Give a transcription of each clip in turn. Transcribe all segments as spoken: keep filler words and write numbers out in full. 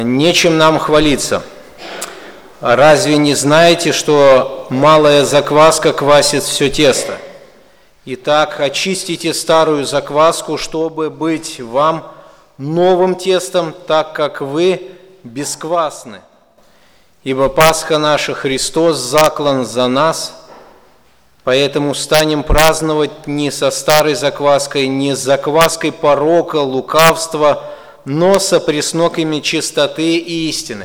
Нечем нам хвалиться. Разве не знаете, что малая закваска квасит все тесто? Итак, очистите старую закваску, чтобы быть вам новым тестом, так как вы бесквасны. Ибо Пасха наша, Христос заклан за нас, поэтому станем праздновать не со старой закваской, не с закваской порока, лукавства, но со пресноками чистоты и истины.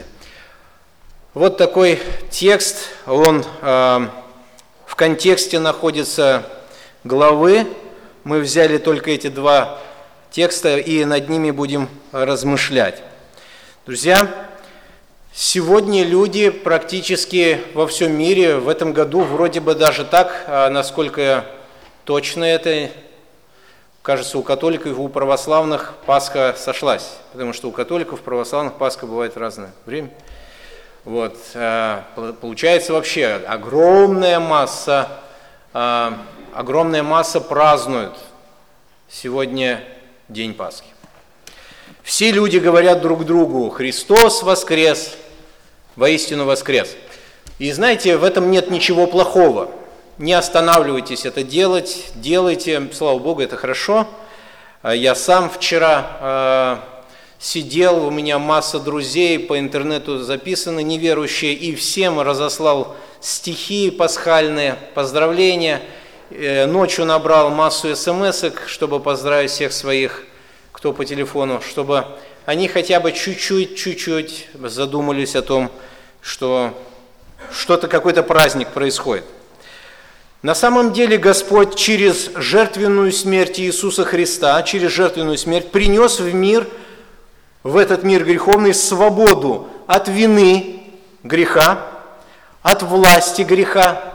Вот такой текст, он э, в контексте находится главы. Мы взяли только эти два текста и над ними будем размышлять. Друзья, сегодня люди практически во всем мире, в этом году вроде бы даже так, насколько точно это, кажется, у католиков и у православных Пасха сошлась, потому что у католиков, православных Пасха бывает в разное время. Вот, получается вообще огромная масса, огромная масса празднует сегодня День Пасхи. Все люди говорят друг другу: «Христос воскрес, воистину воскрес». И знаете, в этом нет ничего плохого. Не останавливайтесь это делать, делайте, слава Богу, это хорошо. Я сам вчера э, сидел, у меня масса друзей по интернету записаны, неверующие, и всем разослал стихи пасхальные, поздравления. Э, ночью набрал массу смс-ок, чтобы поздравить всех своих, кто по телефону, чтобы они хотя бы чуть-чуть, чуть-чуть задумались о том, что что-то, какой-то праздник происходит. На самом деле Господь через жертвенную смерть Иисуса Христа, через жертвенную смерть принес в мир, в этот мир греховный, свободу от вины греха, от власти греха.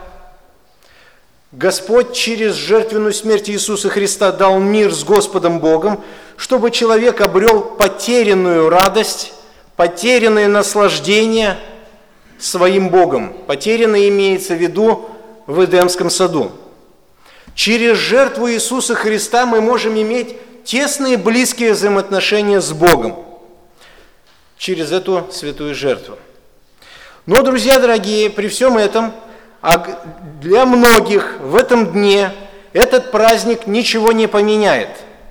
Господь через жертвенную смерть Иисуса Христа дал мир с Господом Богом, чтобы человек обрел потерянную радость, потерянное наслаждение своим Богом. Потерянное имеется в виду в Эдемском саду. Через жертву Иисуса Христа мы можем иметь тесные, близкие взаимоотношения с Богом. Через эту святую жертву. Но, друзья дорогие, при всем этом, для многих в этом дне этот праздник ничего не поменяет.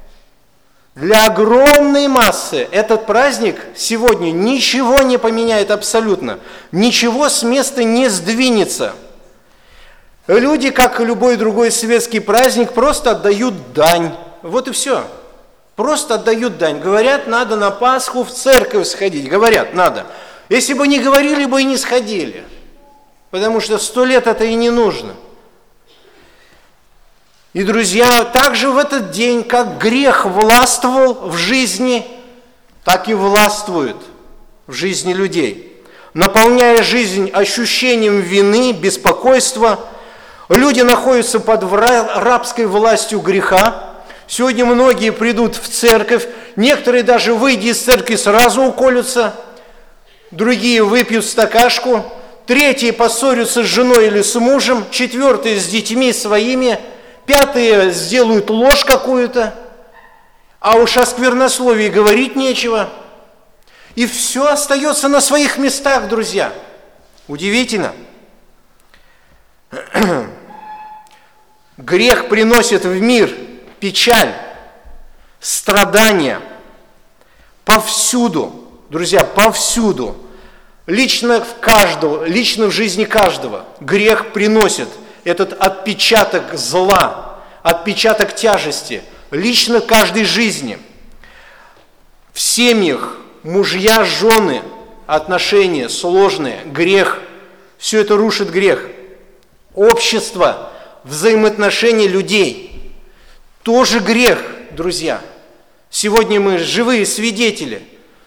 Для огромной массы этот праздник сегодня ничего не поменяет абсолютно. Ничего с места не сдвинется. Люди, как и любой другой светский праздник, просто отдают дань. Вот и все. Просто отдают дань. Говорят, надо на Пасху в церковь сходить. Говорят, надо. Если бы не говорили, бы и не сходили. Потому что сто лет это и не нужно. И, друзья, также в этот день, как грех властвовал в жизни, так и властвует в жизни людей. Наполняя жизнь ощущением вины, беспокойства, люди находятся под рабской властью греха. Сегодня многие придут в церковь, некоторые даже, выйдя из церкви, сразу уколются, другие выпьют стакашку, третьи поссорятся с женой или с мужем, четвертые с детьми своими, пятые сделают ложь какую-то, а уж о сквернословии говорить нечего. И все остается на своих местах, друзья. Удивительно. Грех приносит в мир печаль, страдания повсюду, друзья, повсюду. Лично в каждого, лично в жизни каждого грех приносит этот отпечаток зла, отпечаток тяжести, лично в каждой жизни. В семьях мужья, жены, отношения сложные, грех, все это рушит грех. Общество, взаимоотношения людей, тоже грех, друзья. Сегодня мы живые свидетели.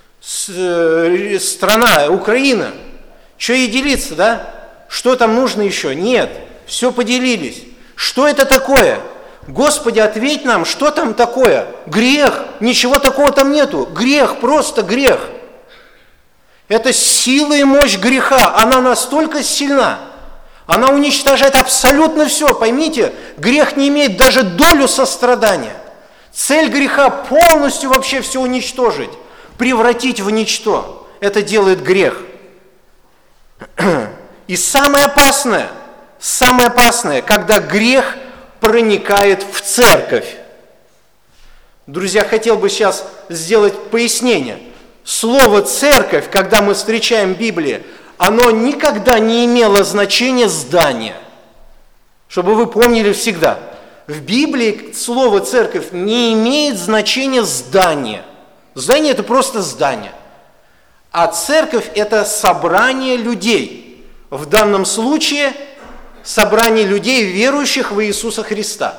Страна, Украина, что ей делиться, да? Что там нужно еще? Нет, все поделились. Что это такое? Господи, ответь нам, что там такое? Грех, ничего такого там нету. Грех, просто грех. Это сила и мощь греха, она настолько сильна, она уничтожает абсолютно все. Поймите, грех не имеет даже долю сострадания. Цель греха полностью вообще все уничтожить, превратить в ничто. Это делает грех. И самое опасное, самое опасное, когда грех проникает в церковь. Друзья, хотел бы сейчас сделать пояснение. Слово «церковь», когда мы встречаем в Библии, оно никогда не имело значения здания. Чтобы вы помнили всегда. В Библии слово «церковь» не имеет значения здания. Здание – это просто здание. А церковь – это собрание людей. В данном случае собрание людей, верующих в Иисуса Христа.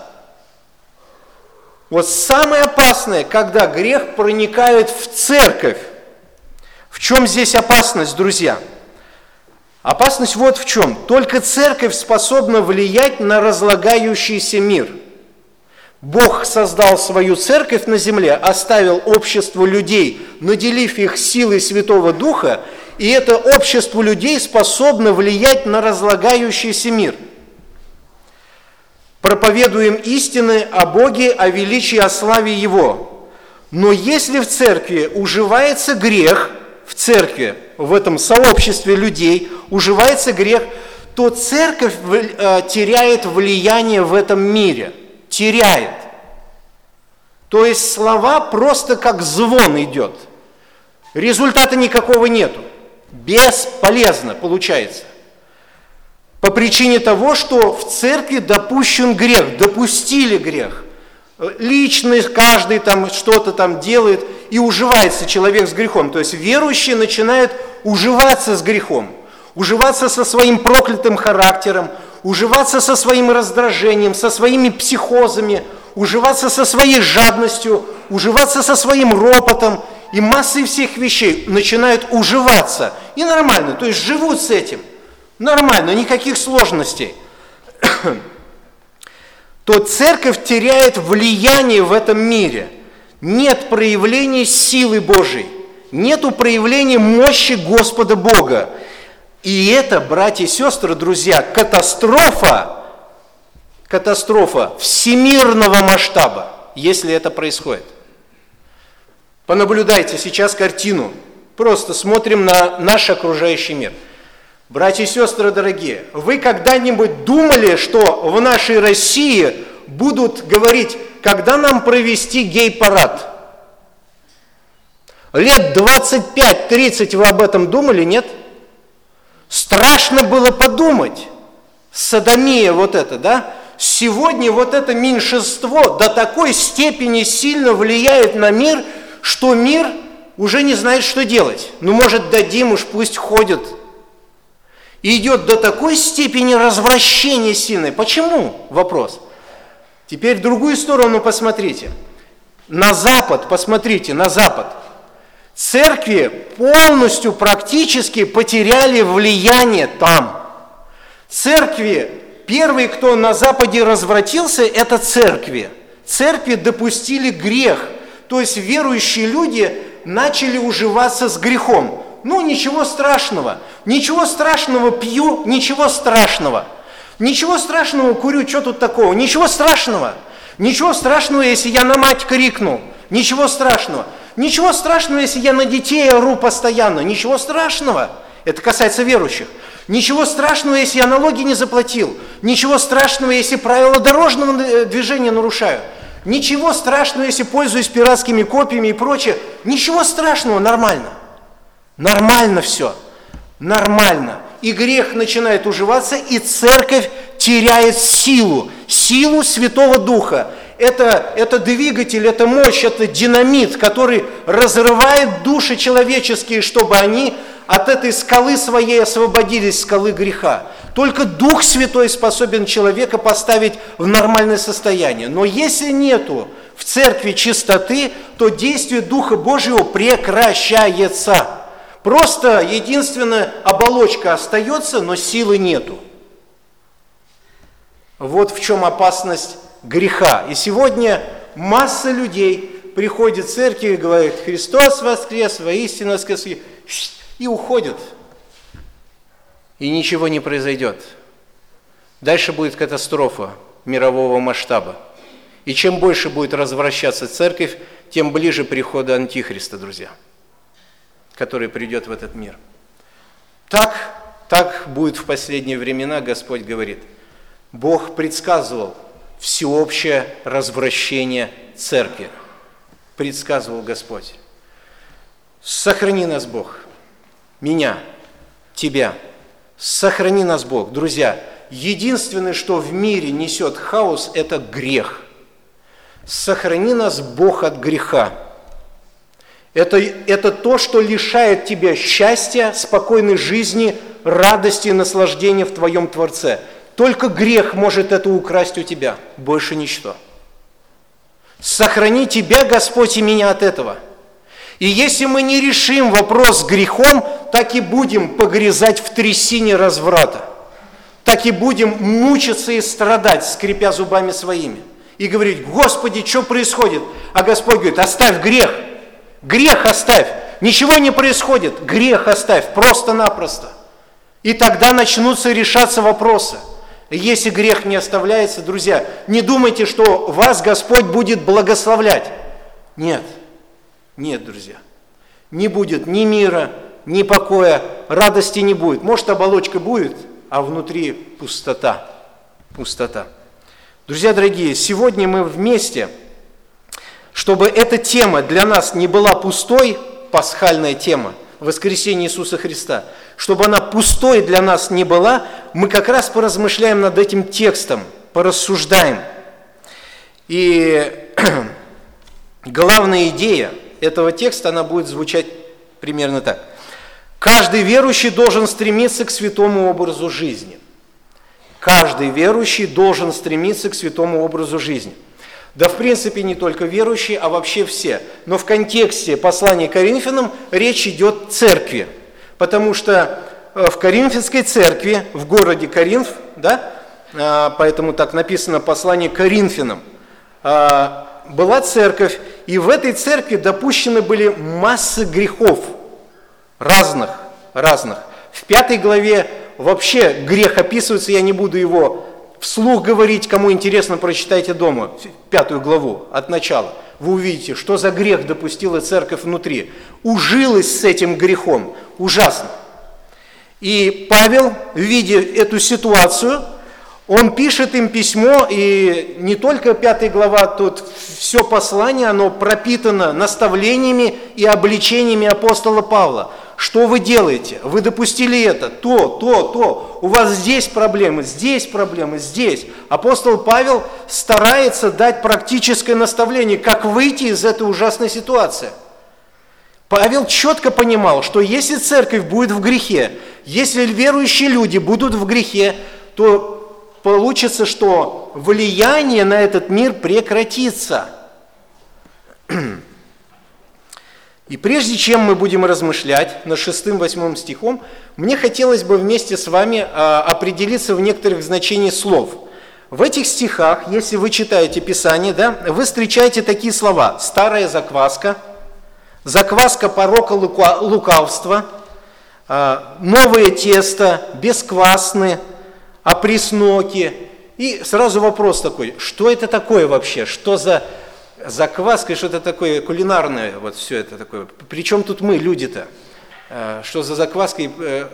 Вот самое опасное, когда грех проникает в церковь. В чем здесь опасность, друзья? Опасность вот в чем. Только церковь способна влиять на разлагающийся мир. Бог создал свою церковь на земле, оставил общество людей, наделив их силой Святого Духа, и это общество людей способно влиять на разлагающийся мир. Проповедуем истины о Боге, о величии, о славе Его. Но если в церкви уживается грех, в церкви, в этом сообществе людей уживается грех, то церковь теряет влияние в этом мире. Теряет. То есть слова просто как звон идет. Результата никакого нету. Бесполезно получается. По причине того, что в церкви допущен грех, допустили грех. Лично каждый там что-то там делает, и уживается человек с грехом. То есть верующий начинает уживаться с грехом, уживаться со своим проклятым характером, уживаться со своим раздражением, со своими психозами, уживаться со своей жадностью, уживаться со своим ропотом, и массой всех вещей начинают уживаться. И нормально, то есть живут с этим. Нормально, никаких сложностей. То церковь теряет влияние в этом мире. Нет проявления силы Божьей, нету проявления мощи Господа Бога. И это, братья и сестры, друзья, катастрофа, катастрофа всемирного масштаба, если это происходит. Понаблюдайте сейчас картину, просто смотрим на наш окружающий мир. Братья и сестры дорогие, вы когда-нибудь думали, что в нашей России будут говорить, когда нам провести гей-парад? Лет двадцать пять тридцать вы об этом думали, нет? Страшно было подумать. Содомия вот это, да? Сегодня вот это меньшинство до такой степени сильно влияет на мир, что мир уже не знает, что делать. Ну, может, дадим уж, пусть ходят. И идет до такой степени развращения сильной. Почему? Вопрос. Теперь в другую сторону посмотрите. На Запад, посмотрите, на Запад. Церкви полностью, практически потеряли влияние там. Церкви, первый, кто на Западе развратился, это церкви. Церкви допустили грех. То есть верующие люди начали уживаться с грехом. Ну, ничего страшного. Ничего страшного пью, ничего страшного. Ничего страшного курю, что тут такого? Ничего страшного. Ничего страшного, если я на мать крикну. Ничего страшного. Ничего страшного, если я на детей ору постоянно. Ничего страшного. Это касается верующих. Ничего страшного, если я налоги не заплатил. Ничего страшного, если правила дорожного движения нарушаю. Ничего страшного, если пользуюсь пиратскими копиями и прочее. Ничего страшного, нормально. Нормально все. Нормально. И грех начинает уживаться, и церковь теряет силу. Силу Святого Духа. Это, это двигатель, это мощь, это динамит, который разрывает души человеческие, чтобы они от этой скалы своей освободились, скалы греха. Только Дух Святой способен человека поставить в нормальное состояние. Но если нету в церкви чистоты, то действие Духа Божьего прекращается. Просто единственная оболочка остается, но силы нету. Вот в чем опасность греха. И сегодня масса людей приходит в церковь и говорит: Христос воскрес, воистину воскрес, и уходят. И ничего не произойдет. Дальше будет катастрофа мирового масштаба. И чем больше будет развращаться церковь, тем ближе прихода Антихриста, друзья. который придет в этот мир. Так, так будет в последние времена, Господь говорит. Бог предсказывал всеобщее развращение церкви. Предсказывал Господь. Сохрани нас, Бог, меня, тебя. Сохрани нас, Бог. Друзья, единственное, что в мире несет хаос, это грех. Сохрани нас, Бог, от греха. Это, это то, что лишает тебя счастья, спокойной жизни, радости и наслаждения в твоем Творце. Только грех может это украсть у тебя, больше ничто. Сохрани тебя, Господь, и меня от этого. И если мы не решим вопрос с грехом, так и будем погрязать в трясине разврата. Так и будем мучиться и страдать, скрипя зубами своими. И говорить: Господи, что происходит? А Господь говорит: оставь грех. Грех оставь. Ничего не происходит. Грех оставь. Просто-напросто. И тогда начнутся решаться вопросы. Если грех не оставляется, друзья, не думайте, что вас Господь будет благословлять. Нет. Нет, друзья. Не будет ни мира, ни покоя, радости не будет. Может, оболочка будет, а внутри пустота. Пустота. Друзья дорогие, сегодня мы вместе, чтобы эта тема для нас не была пустой, пасхальная тема, воскресение Иисуса Христа, чтобы она пустой для нас не была, мы как раз поразмышляем над этим текстом, порассуждаем. И главная идея этого текста, она будет звучать примерно так. Каждый верующий должен стремиться к святому образу жизни. Каждый верующий должен стремиться к святому образу жизни. Да, в принципе, не только верующие, а вообще все. Но в контексте послания к Коринфянам речь идет о церкви. Потому что в Коринфянской церкви, в городе Коринф, да, поэтому так написано послание к Коринфянам, была церковь, и в этой церкви допущены были массы грехов, разных, разных. В пятой главе вообще грех описывается, я не буду его вслух говорить, кому интересно, прочитайте дома, пятую главу от начала. Вы увидите, что за грех допустила церковь внутри. Ужилась с этим грехом, ужасно. И Павел, видя эту ситуацию, он пишет им письмо, и не только пятая глава, тут все послание, оно пропитано наставлениями и обличениями апостола Павла. Что вы делаете? Вы допустили это, то, то, то. У вас здесь проблемы, здесь проблемы, здесь. Апостол Павел старается дать практическое наставление, как выйти из этой ужасной ситуации. Павел четко понимал, что если церковь будет в грехе, если верующие люди будут в грехе, то получится, что влияние на этот мир прекратится. И прежде чем мы будем размышлять над шестым-восьмым стихом, мне хотелось бы вместе с вами а, определиться в некоторых значениях слов. В этих стихах, если вы читаете Писание, да, вы встречаете такие слова: старая закваска, закваска порока лукавства, а, новое тесто, бесквасны, опресноки. И сразу вопрос такой: что это такое вообще? Что за закваска, что это такое кулинарное, вот все это такое. Причем тут мы, люди-то? Что за закваска?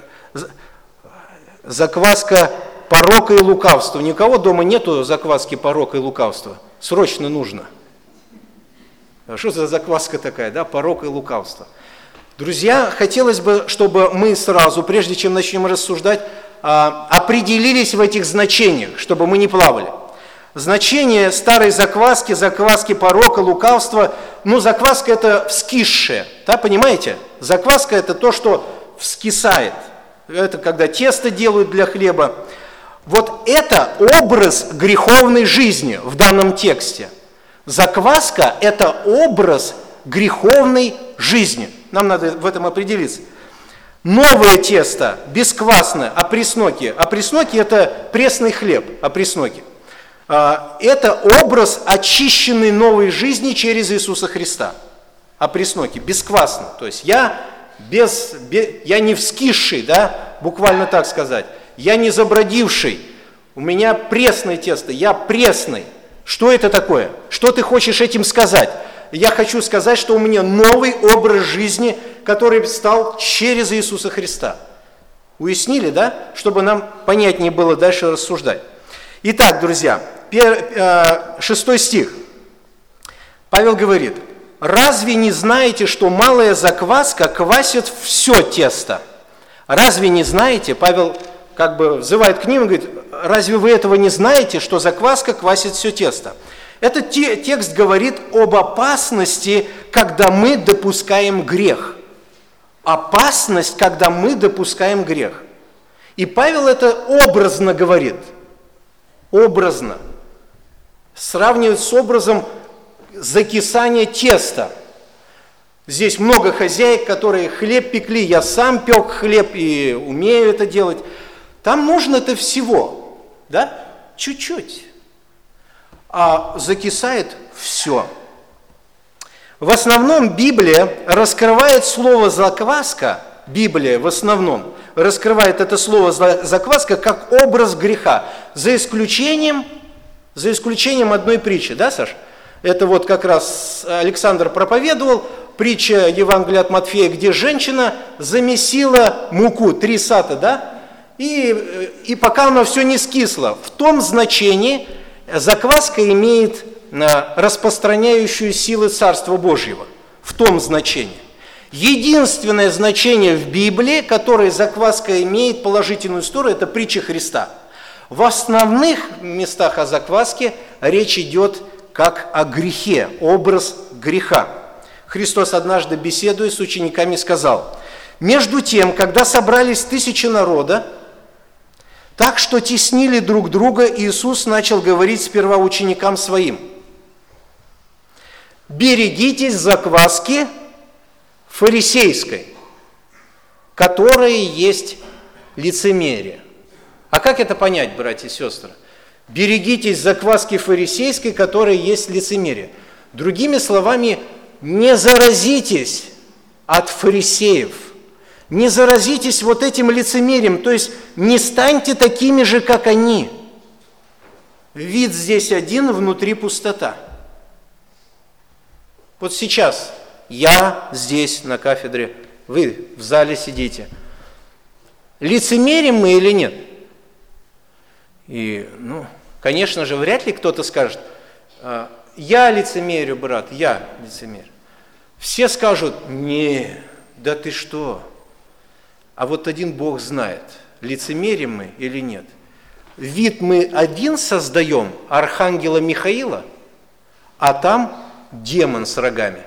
Закваска порока и лукавства. Ни у кого дома нету закваски порока и лукавства? Срочно нужно. Что за закваска такая, да? Порок и лукавство. Друзья, хотелось бы, чтобы мы сразу, прежде чем начнем рассуждать, определились в этих значениях, чтобы мы не плавали. Значение старой закваски, закваски порока, лукавства, ну, закваска – это вскисшее, да, понимаете? Закваска – это то, что вскисает. Это когда тесто делают для хлеба. Вот это образ греховной жизни в данном тексте. Закваска – это образ греховной жизни. Нам надо в этом определиться. Новое тесто, бесквасное, опресноки. Опресноки – это пресный хлеб, опресноки. Это образ очищенной новой жизни через Иисуса Христа. Опресноки, бесквасно. То есть я, без, без, я не вскисший, да, буквально так сказать. Я не забродивший. У меня пресное тесто, я пресный. Что это такое? Что ты хочешь этим сказать? я хочу сказать, что у меня новый образ жизни, который стал через Иисуса Христа. Уяснили, да? Чтобы нам понятнее было дальше рассуждать. Итак, друзья, шестой стих. Павел говорит: «Разве не знаете, что малая закваска квасит все тесто?» Разве не знаете? Павел как бы взывает к ним и говорит: разве вы этого не знаете, что закваска квасит все тесто? Этот те, текст говорит об опасности, когда мы допускаем грех. Опасность, когда мы допускаем грех. И Павел это образно говорит. Образно. Сравнивает с образом закисания теста. Здесь много хозяек, которые хлеб пекли. Я сам пек хлеб и умею это делать. Там нужно-то всего, да? Чуть-чуть. А закисает все. В основном Библия раскрывает слово «закваска», Библия в основном раскрывает это слово «закваска» как образ греха, за исключением, за исключением одной притчи, да, Саш? Это вот как раз Александр проповедовал, притча Евангелия от Матфея, где женщина замесила муку, три сата, да? И, и пока оно все не скисло, в том значении закваска имеет распространяющую силы Царства Божьего. В том значении. Единственное значение в Библии, которое закваска имеет положительную сторону, это притча Христа. В основных местах о закваске речь идет как о грехе, образ греха. Христос однажды, беседуя с учениками, сказал: «Между тем, когда собрались тысячи народа, так что теснили друг друга, Иисус начал говорить сперва ученикам своим: берегитесь закваски фарисейской, которая есть лицемерие». А как это понять, братья и сестры? Берегитесь закваски фарисейской, которая есть лицемерие. Другими словами, не заразитесь от фарисеев, не заразитесь вот этим лицемерием, то есть не станьте такими же, как они. Вид здесь один, внутри пустота. Вот сейчас я здесь на кафедре, вы в зале сидите. Лицемерим мы или нет? И, ну, конечно же, вряд ли кто-то скажет: я лицемерю, брат, я лицемерю. Все скажут: не, да ты что? А вот один Бог знает, лицемерим мы или нет. Вид мы один создаем, архангела Михаила, а там демон с рогами.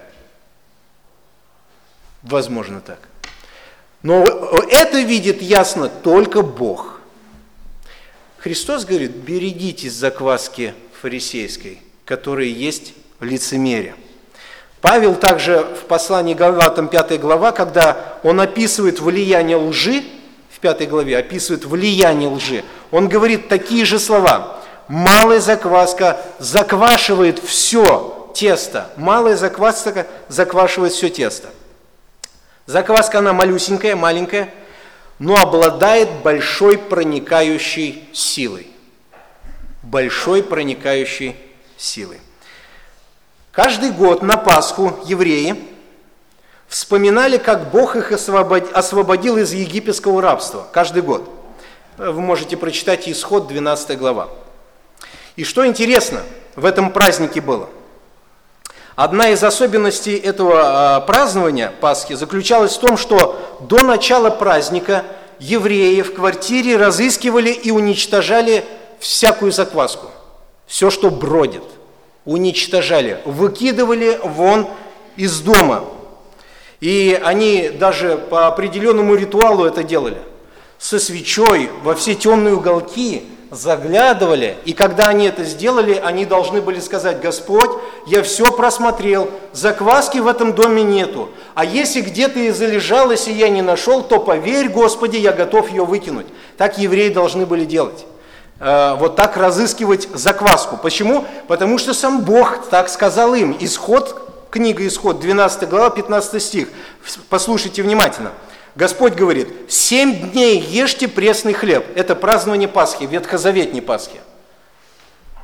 Возможно так. Но это видит ясно только Бог. Христос говорит: берегитесь закваски фарисейской, которая есть лицемерие. Павел также в послании Галатам пятая глава, когда он описывает влияние лжи, в пятой главе описывает влияние лжи, он говорит такие же слова: малая закваска заквашивает все тесто, малая закваска заквашивает все тесто. Закваска, она малюсенькая, маленькая, но обладает большой проникающей силой. Большой проникающей силой. Каждый год на Пасху евреи вспоминали, как Бог их освободил из египетского рабства. Каждый год. Вы можете прочитать Исход, двенадцатая глава. И что интересно в этом празднике было? Одна из особенностей этого празднования Пасхи заключалась в том, что до начала праздника евреи в квартире разыскивали и уничтожали всякую закваску. Все, что бродит. Уничтожали, выкидывали вон из дома. И они даже по определенному ритуалу это делали. Со свечой во все темные уголки заглядывали, и когда они это сделали, они должны были сказать: Господь, я все просмотрел, закваски в этом доме нету, а если где-то и залежалась, и я не нашел, то поверь, Господи, я готов ее выкинуть. Так евреи должны были делать. Вот так разыскивать закваску. Почему? Потому что сам Бог так сказал им. Исход, книга Исход, двенадцатая глава, пятнадцатый стих. Послушайте внимательно. Господь говорит: семь дней ешьте пресный хлеб. Это празднование Пасхи, ветхозаветней Пасхи.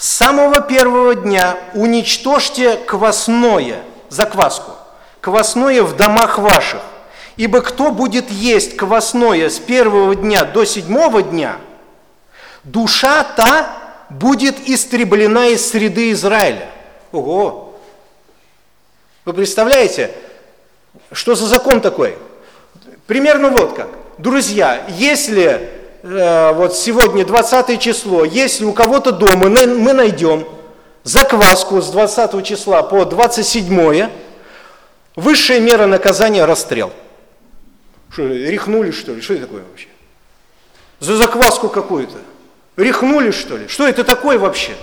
С самого первого дня уничтожьте квасное, закваску, квасное в домах ваших. Ибо кто будет есть квасное с первого дня до седьмого дня, душа та будет истреблена из среды Израиля. Ого! Вы представляете, что за закон такой? Примерно вот как. Друзья, если э, вот сегодня двадцатое число, если у кого-то дома мы найдем закваску с двадцатого числа по двадцать седьмое, высшая мера наказания – расстрел. Что, рехнули, что ли? Что это такое вообще? За закваску какую-то. Рехнули, что ли? Что это такое вообще?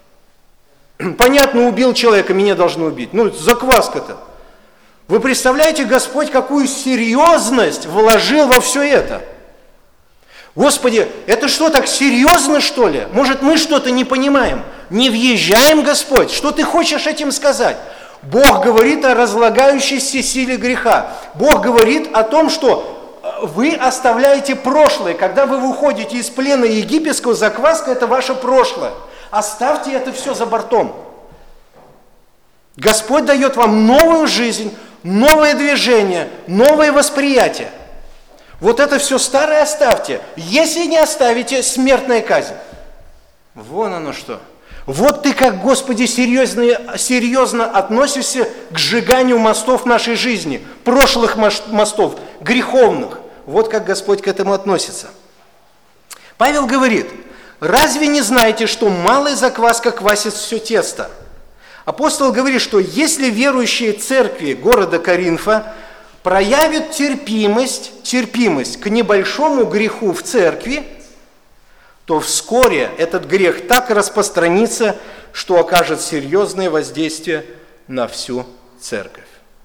Понятно, убил человека, меня должны убить. Ну, закваска-то. Вы представляете, Господь, какую серьезность вложил во все это? Господи, это что, так серьезно, что ли? Может, мы что-то не понимаем? Не въезжаем, Господь? Что ты хочешь этим сказать? Бог говорит о разлагающейся силе греха. Бог говорит о том, что вы оставляете прошлое. Когда вы выходите из плена египетского, закваска – это ваше прошлое. Оставьте это все за бортом. Господь дает вам новую жизнь, новое движение, новое восприятие. Вот это все старое оставьте. Если не оставите, смертная казнь. Вон оно что. Вот ты как, Господи, серьезно, серьезно относишься к сжиганию мостов нашей жизни, прошлых мостов, греховных. Вот как Господь к этому относится. Павел говорит: разве не знаете, что малая закваска квасит все тесто? Апостол говорит, что если верующие церкви города Коринфа проявят терпимость, терпимость к небольшому греху в церкви, то вскоре этот грех так распространится, что окажет серьезное воздействие на всю церковь.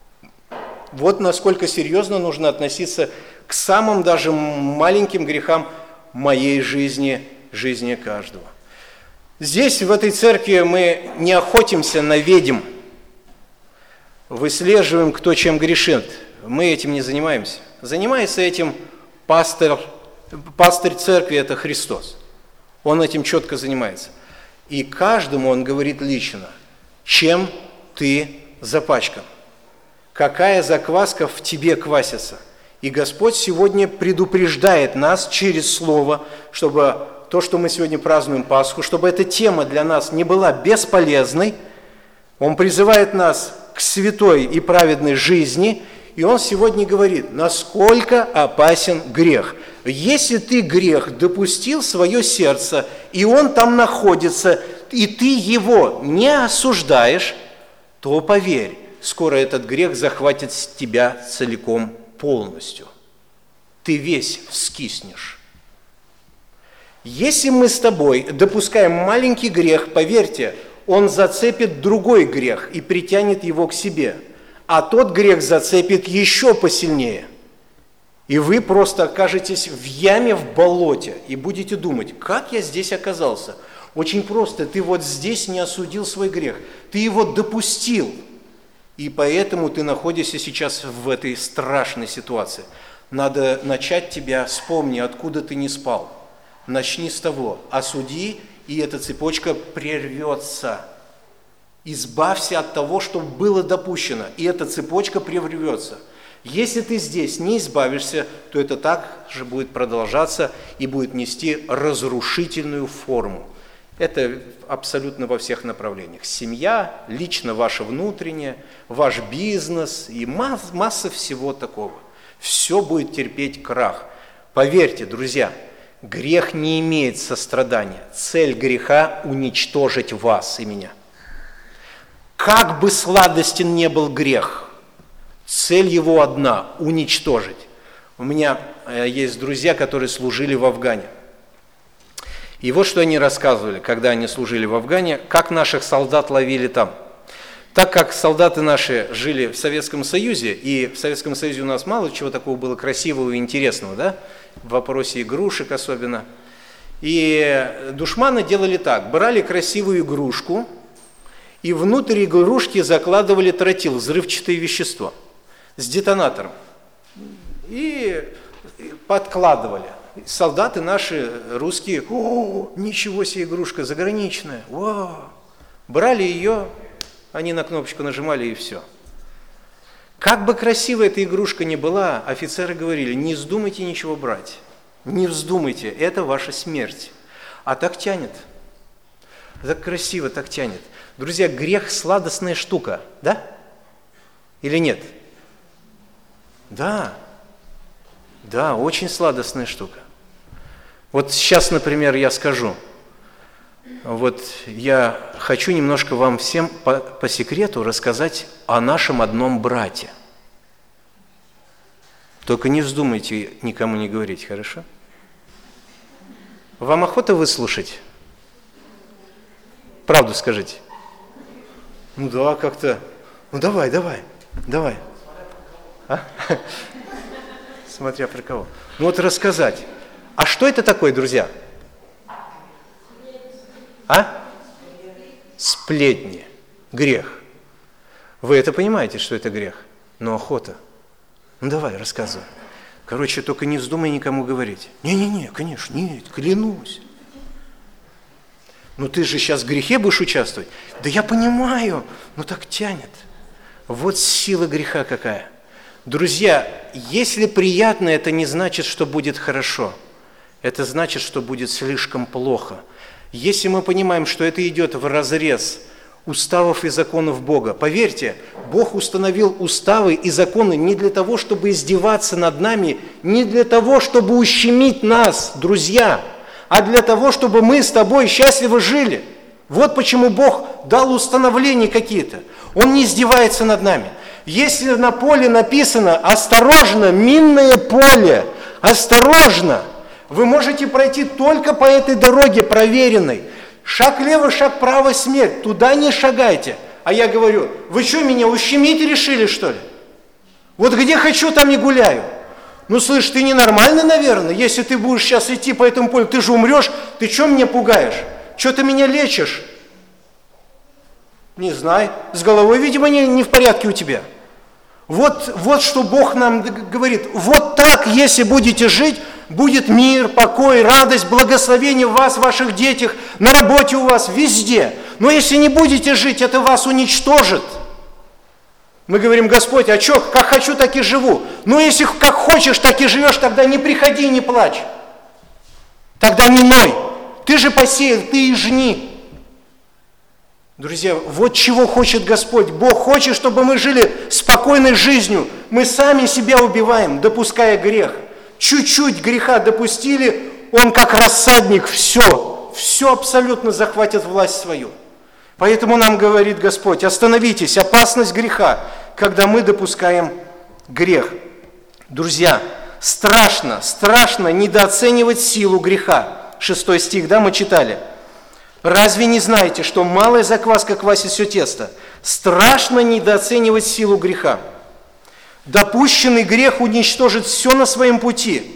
Вот насколько серьезно нужно относиться к самым даже маленьким грехам моей жизни, жизни каждого. Здесь, в этой церкви, мы не охотимся на ведьм, выслеживаем, кто чем грешит. Мы этим не занимаемся. Занимается этим пастор, пастырь церкви – это Христос. Он этим четко занимается. И каждому он говорит лично, чем ты запачкан, какая закваска в тебе квасится. И Господь сегодня предупреждает нас через Слово, чтобы то, что мы сегодня празднуем Пасху, чтобы эта тема для нас не была бесполезной. Он призывает нас к святой и праведной жизни, и Он сегодня говорит, насколько опасен грех. Если ты грех допустил в свое сердце, и он там находится, и ты его не осуждаешь, то поверь, скоро этот грех захватит тебя целиком, полностью. Ты весь вскиснешь. Если мы с тобой допускаем маленький грех, поверьте, он зацепит другой грех и притянет его к себе, а тот грех зацепит еще посильнее. И вы просто окажетесь в яме, в болоте, и будете думать, как я здесь оказался? Очень просто, ты вот здесь не осудил свой грех, ты его допустил, и поэтому ты находишься сейчас в этой страшной ситуации. Надо начать тебя, вспомни, откуда ты не спал. Начни с того, осуди, и эта цепочка прервется. Избавься от того, что было допущено, и эта цепочка прервется. Если ты здесь не избавишься, то это так же будет продолжаться и будет нести разрушительную форму. Это абсолютно во всех направлениях. Семья, лично ваше внутреннее, ваш бизнес и масса, масса всего такого. Все будет терпеть крах. Поверьте, друзья, грех не имеет сострадания. Цель греха – уничтожить вас и меня. Как бы сладостен не был грех, цель его одна – уничтожить. У меня есть друзья, которые служили в Афгане. И вот что они рассказывали, когда они служили в Афгане, как наших солдат ловили там. Так как солдаты наши жили в Советском Союзе, и в Советском Союзе у нас мало чего такого было красивого и интересного, да? В вопросе игрушек особенно. И душманы делали так, брали красивую игрушку, и внутрь игрушки закладывали тротил, взрывчатое вещество, с детонатором. И подкладывали. Солдаты наши, русские, о, ничего себе игрушка, заграничная, вау. Брали ее, они на кнопочку нажимали и все. Как бы красивая эта игрушка ни была, офицеры говорили, не вздумайте ничего брать, не вздумайте, это ваша смерть. А так тянет, так красиво, так тянет. Друзья, грех – сладостная штука, да? Или нет? Да, да, очень сладостная штука. Вот сейчас, например, я скажу, вот я хочу немножко вам всем по, по секрету рассказать о нашем одном брате. Только не вздумайте никому не говорить, хорошо? Вам охота выслушать? Правду скажите. Ну да, как-то. Ну давай, давай, давай. А? Смотря про кого. Ну вот рассказать. А что это такое, друзья? А? Сплетни. Грех. Вы это понимаете, что это грех? Но охота. Ну давай, рассказывай. Короче, только не вздумай никому говорить. Не-не-не, конечно, нет, клянусь. Ну ты же сейчас в грехе будешь участвовать? Да я понимаю, но так тянет. Вот сила греха какая. Друзья, если приятно, это не значит, что будет хорошо. Это значит, что будет слишком плохо. Если мы понимаем, что это идет вразрез уставов и законов Бога, поверьте, Бог установил уставы и законы не для того, чтобы издеваться над нами, не для того, чтобы ущемить нас, друзья, а для того, чтобы мы с тобой счастливо жили. Вот почему Бог дал установления какие-то. Он не издевается над нами. Если на поле написано «Осторожно, минное поле, осторожно», вы можете пройти только по этой дороге проверенной. Шаг лево, шаг право, смерть. Туда не шагайте. А я говорю, вы что, меня ущемить решили, что ли? Вот где хочу, там и гуляю. Ну, слышь, ты ненормальный, наверное, если ты будешь сейчас идти по этому полю, ты же умрешь, ты что меня пугаешь? Что ты меня лечишь? Не знаю. С головой, видимо, не, не в порядке у тебя. Вот, вот что Бог нам говорит. Вот так, если будете жить, будет мир, покой, радость, благословение в вас, в ваших детях, на работе у вас, везде. Но если не будете жить, это вас уничтожит. Мы говорим, Господь, а что, как хочу, так и живу. Ну, если как хочешь, так и живешь, тогда не приходи, не плачь. Тогда не ной. Ты же посеял, ты и жни. Друзья, вот чего хочет Господь. Бог хочет, чтобы мы жили спокойной жизнью. Мы сами себя убиваем, допуская грех. Чуть-чуть греха допустили, он как рассадник, все, все абсолютно захватит власть свою. Поэтому нам говорит Господь, остановитесь, опасность греха, когда мы допускаем грех. Друзья, страшно, страшно недооценивать силу греха. Шестой стих, да, мы читали. Разве не знаете, что малая закваска квасит все тесто? Страшно недооценивать силу греха. Допущенный грех уничтожит все на своем пути.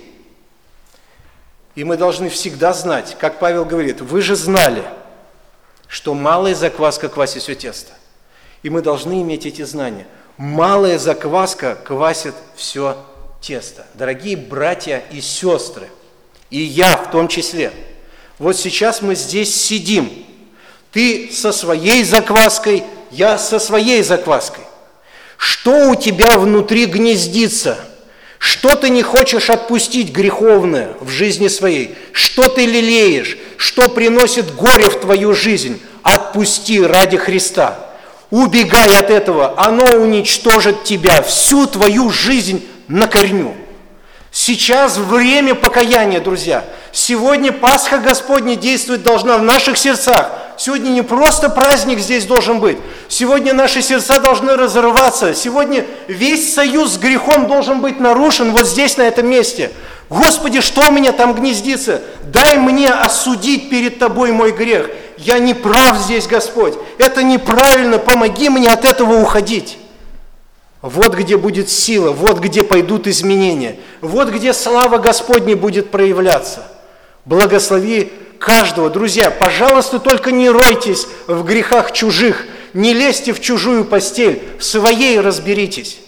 И мы должны всегда знать, как Павел говорит, вы же знали, что малая закваска квасит все тесто. И мы должны иметь эти знания. Малая закваска квасит все тесто. Дорогие братья и сестры, и я в том числе. Вот сейчас мы здесь сидим. Ты со своей закваской, я со своей закваской. Что у тебя внутри гнездится? Что ты не хочешь отпустить греховное в жизни своей? Что ты лелеешь? Что приносит горе в твою жизнь? Отпусти ради Христа. Убегай от этого, оно уничтожит тебя, всю твою жизнь на корню. Сейчас время покаяния, друзья. Сегодня Пасха Господня действовать должна в наших сердцах. Сегодня не просто праздник здесь должен быть. Сегодня наши сердца должны разрываться. Сегодня весь союз с грехом должен быть нарушен вот здесь, на этом месте. Господи, что у меня там гнездится? Дай мне осудить перед Тобой мой грех. Я не прав здесь, Господь. Это неправильно. Помоги мне от этого уходить. Вот где будет сила, вот где пойдут изменения. Вот где слава Господня будет проявляться. Благослови каждого. Друзья, пожалуйста, только не ройтесь в грехах чужих. Не лезьте в чужую постель. В своей разберитесь.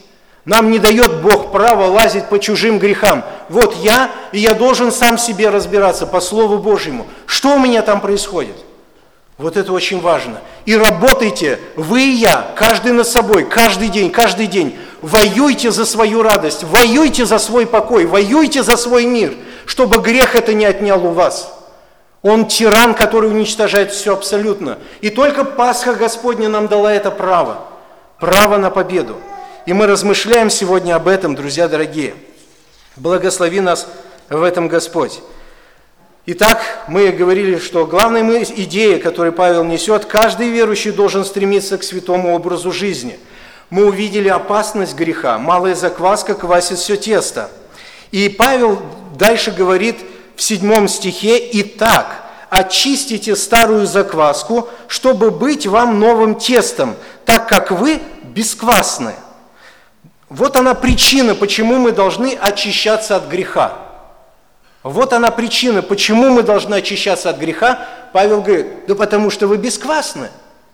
Нам не дает Бог права лазить по чужим грехам. Вот я, и я должен сам себе разбираться по Слову Божьему. Что у меня там происходит? Вот это очень важно. И работайте, вы и я, каждый над собой, каждый день, каждый день. Воюйте за свою радость, воюйте за свой покой, воюйте за свой мир, чтобы грех это не отнял у вас. Он тиран, который уничтожает все абсолютно. И только Пасха Господня нам дала это право. Право на победу. И мы размышляем сегодня об этом, друзья дорогие. Благослови нас в этом Господь. Итак, мы говорили, что главная идея, которую Павел несет, каждый верующий должен стремиться к святому образу жизни. Мы увидели опасность греха. Малая закваска квасит все тесто. И Павел дальше говорит в седьмом стихе: «Итак, очистите старую закваску, чтобы быть вам новым тестом, так как вы бесквасны». Вот она причина, почему мы должны очищаться от греха. Вот она причина, почему мы должны очищаться от греха. Павел говорит: да потому что вы бесквасны.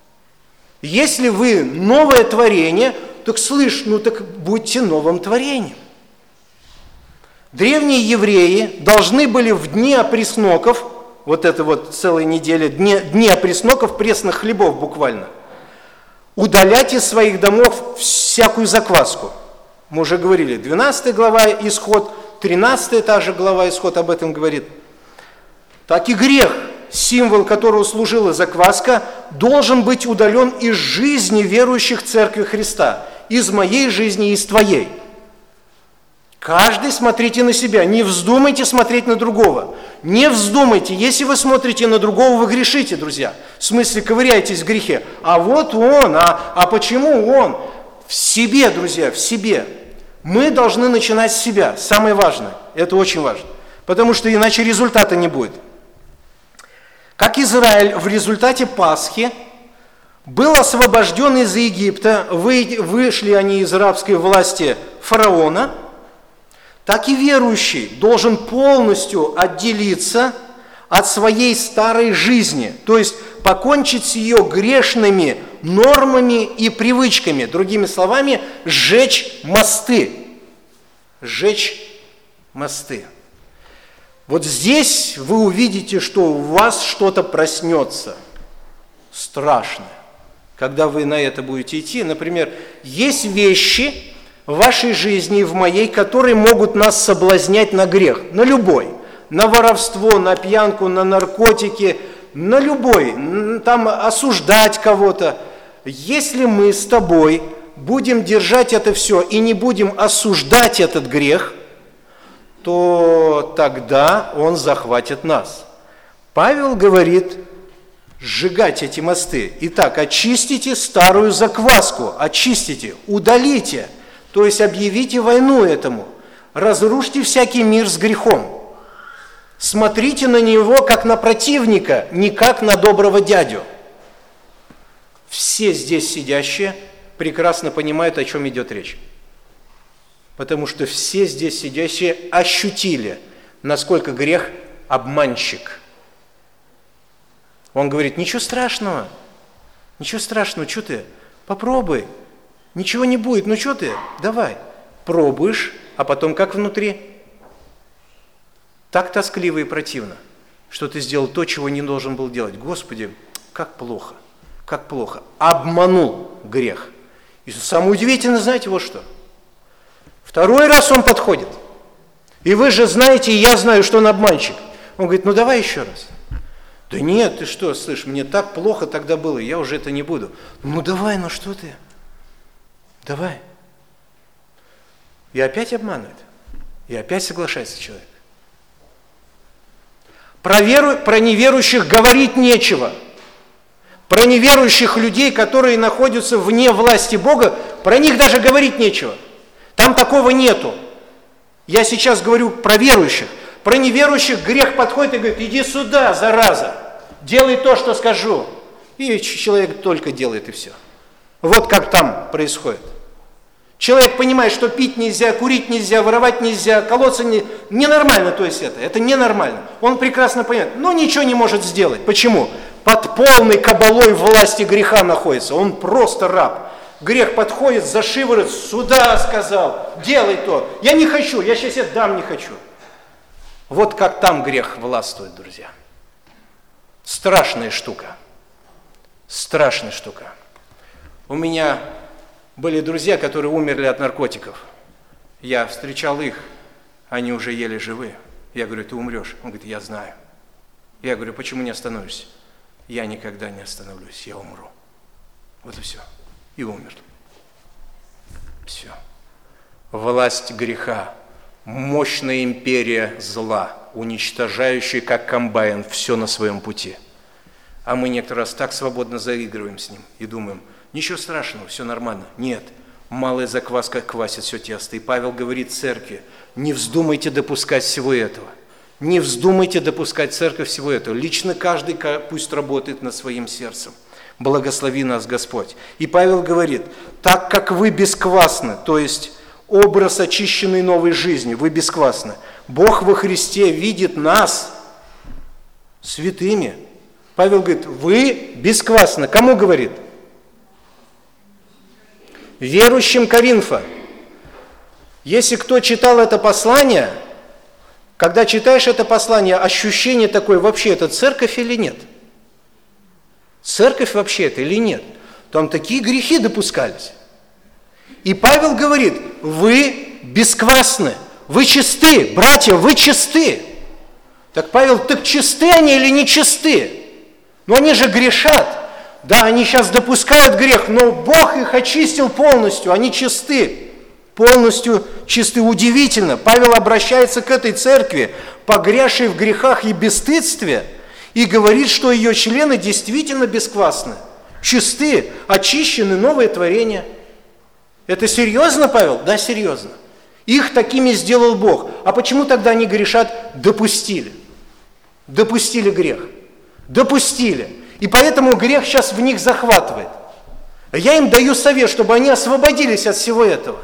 Если вы новое творение, так слышь, ну так будьте новым творением. Древние евреи должны были в дни опресноков, вот это вот целая неделя, дни, дни опресноков, пресных хлебов буквально, удалять из своих домов всякую закваску. Мы уже говорили, двенадцатая глава Исход, тринадцатая та же глава Исход об этом говорит. Так и грех, символ которого служила закваска, должен быть удален из жизни верующих в Церкви Христа, из моей жизни и из твоей. Каждый смотрите на себя, не вздумайте смотреть на другого. Не вздумайте, если вы смотрите на другого, вы грешите, друзья. В смысле, ковыряетесь в грехе. А вот он, а, а почему он? В себе, друзья, в себе. Мы должны начинать с себя, самое важное, это очень важно, потому что иначе результата не будет. Как Израиль в результате Пасхи был освобожден из Египта, вышли они из рабской власти фараона, так и верующий должен полностью отделиться от своей старой жизни, то есть покончить с ее грешными нормами и привычками. Другими словами, сжечь мосты. Сжечь мосты. Вот здесь вы увидите, что у вас что-то проснется страшное, когда вы на это будете идти. Например, есть вещи в вашей жизни и в моей, которые могут нас соблазнять на грех, на любой, на воровство, на пьянку, на наркотики, на любой, там осуждать кого-то. Если мы с тобой будем держать это все и не будем осуждать этот грех, то тогда он захватит нас. Павел говорит, сжигать эти мосты. Итак, очистите старую закваску, очистите, удалите, то есть объявите войну этому, разрушьте всякий мир с грехом. Смотрите на него как на противника, не как на доброго дядю. Все здесь сидящие прекрасно понимают, о чем идет речь. Потому что все здесь сидящие ощутили, насколько грех обманщик. Он говорит, ничего страшного, ничего страшного, что ты, попробуй, ничего не будет, ну что ты, давай. Пробуешь, а потом как внутри? Так тоскливо и противно, что ты сделал то, чего не должен был делать. Господи, как плохо, как плохо. Обманул грех. И самое удивительное, знаете, вот что? Второй раз он подходит. И вы же знаете, и я знаю, что он обманщик. Он говорит, ну давай еще раз. Да нет, ты что, слышь, мне так плохо тогда было, я уже это не буду. Ну давай, ну что ты? Давай. И опять обманывает. И опять соглашается человек. Про, веру, про неверующих говорить нечего. Про неверующих людей, которые находятся вне власти Бога, про них даже говорить нечего. Там такого нету. Я сейчас говорю про верующих. Про неверующих грех подходит и говорит, иди сюда, зараза, делай то, что скажу. И человек только делает, и все. Вот как там происходит. Человек понимает, что пить нельзя, курить нельзя, воровать нельзя, колоться не, ненормально, то есть это, это ненормально. Он прекрасно понимает, но ничего не может сделать. Почему? Под полной кабалой власти греха находится, он просто раб. Грех подходит за шиворот, сюда сказал, делай то. Я не хочу, я сейчас это дам, не хочу. Вот как там грех властвует, друзья. Страшная штука. Страшная штука. У меня были друзья, которые умерли от наркотиков. Я встречал их, они уже еле живы. Я говорю, ты умрешь. Он говорит, я знаю. Я говорю, почему не остановишься? Я никогда не остановлюсь, я умру. Вот и все. И умер. Все. Власть греха. Мощная империя зла, уничтожающая, как комбайн, все на своем пути. А мы некоторый раз так свободно заигрываем с ним и думаем, ничего страшного, все нормально. Нет, малая закваска квасит все тесто. И Павел говорит церкви, не вздумайте допускать всего этого. Не вздумайте допускать церковь всего этого. Лично каждый пусть работает над своим сердцем. Благослови нас, Господь. И Павел говорит, так как вы бесквасны, то есть образ очищенной новой жизни, вы бесквасны. Бог во Христе видит нас святыми. Павел говорит, вы бесквасны. Кому говорит? Верующим Коринфа. Если кто читал это послание, когда читаешь это послание, ощущение такое, вообще это церковь или нет? Церковь вообще это или нет? Там такие грехи допускались. И Павел говорит, вы бесквасны, вы чисты, братья, вы чисты. Так Павел, так чисты они или не чисты? Но они же грешат. Да, они сейчас допускают грех, но Бог их очистил полностью, они чисты. Полностью чисты. Удивительно. Павел обращается к этой церкви, погрязшей в грехах и бесстыдстве, и говорит, что ее члены действительно бесквасны, чисты, очищены, новое творение. Это серьезно, Павел? Да, серьезно. Их такими сделал Бог. А почему тогда они грешат? Допустили. Допустили грех. Допустили. И поэтому грех сейчас в них захватывает. Я им даю совет, чтобы они освободились от всего этого.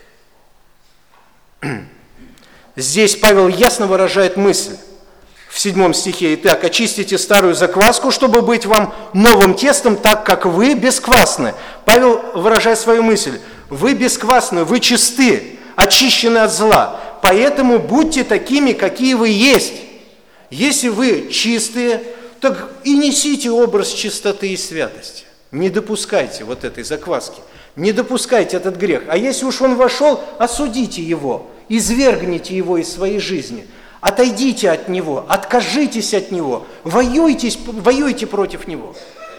Здесь Павел ясно выражает мысль в седьмом стихе. Итак, очистите старую закваску, чтобы быть вам новым тестом, так как вы бесквасны. Павел выражает свою мысль. Вы бесквасны, вы чисты, очищены от зла. Поэтому будьте такими, какие вы есть. Если вы чистые, так и несите образ чистоты и святости. Не допускайте вот этой закваски. Не допускайте этот грех. А если уж он вошел, осудите его, извергните его из своей жизни. Отойдите от него, откажитесь от него, воюйте, воюйте против него.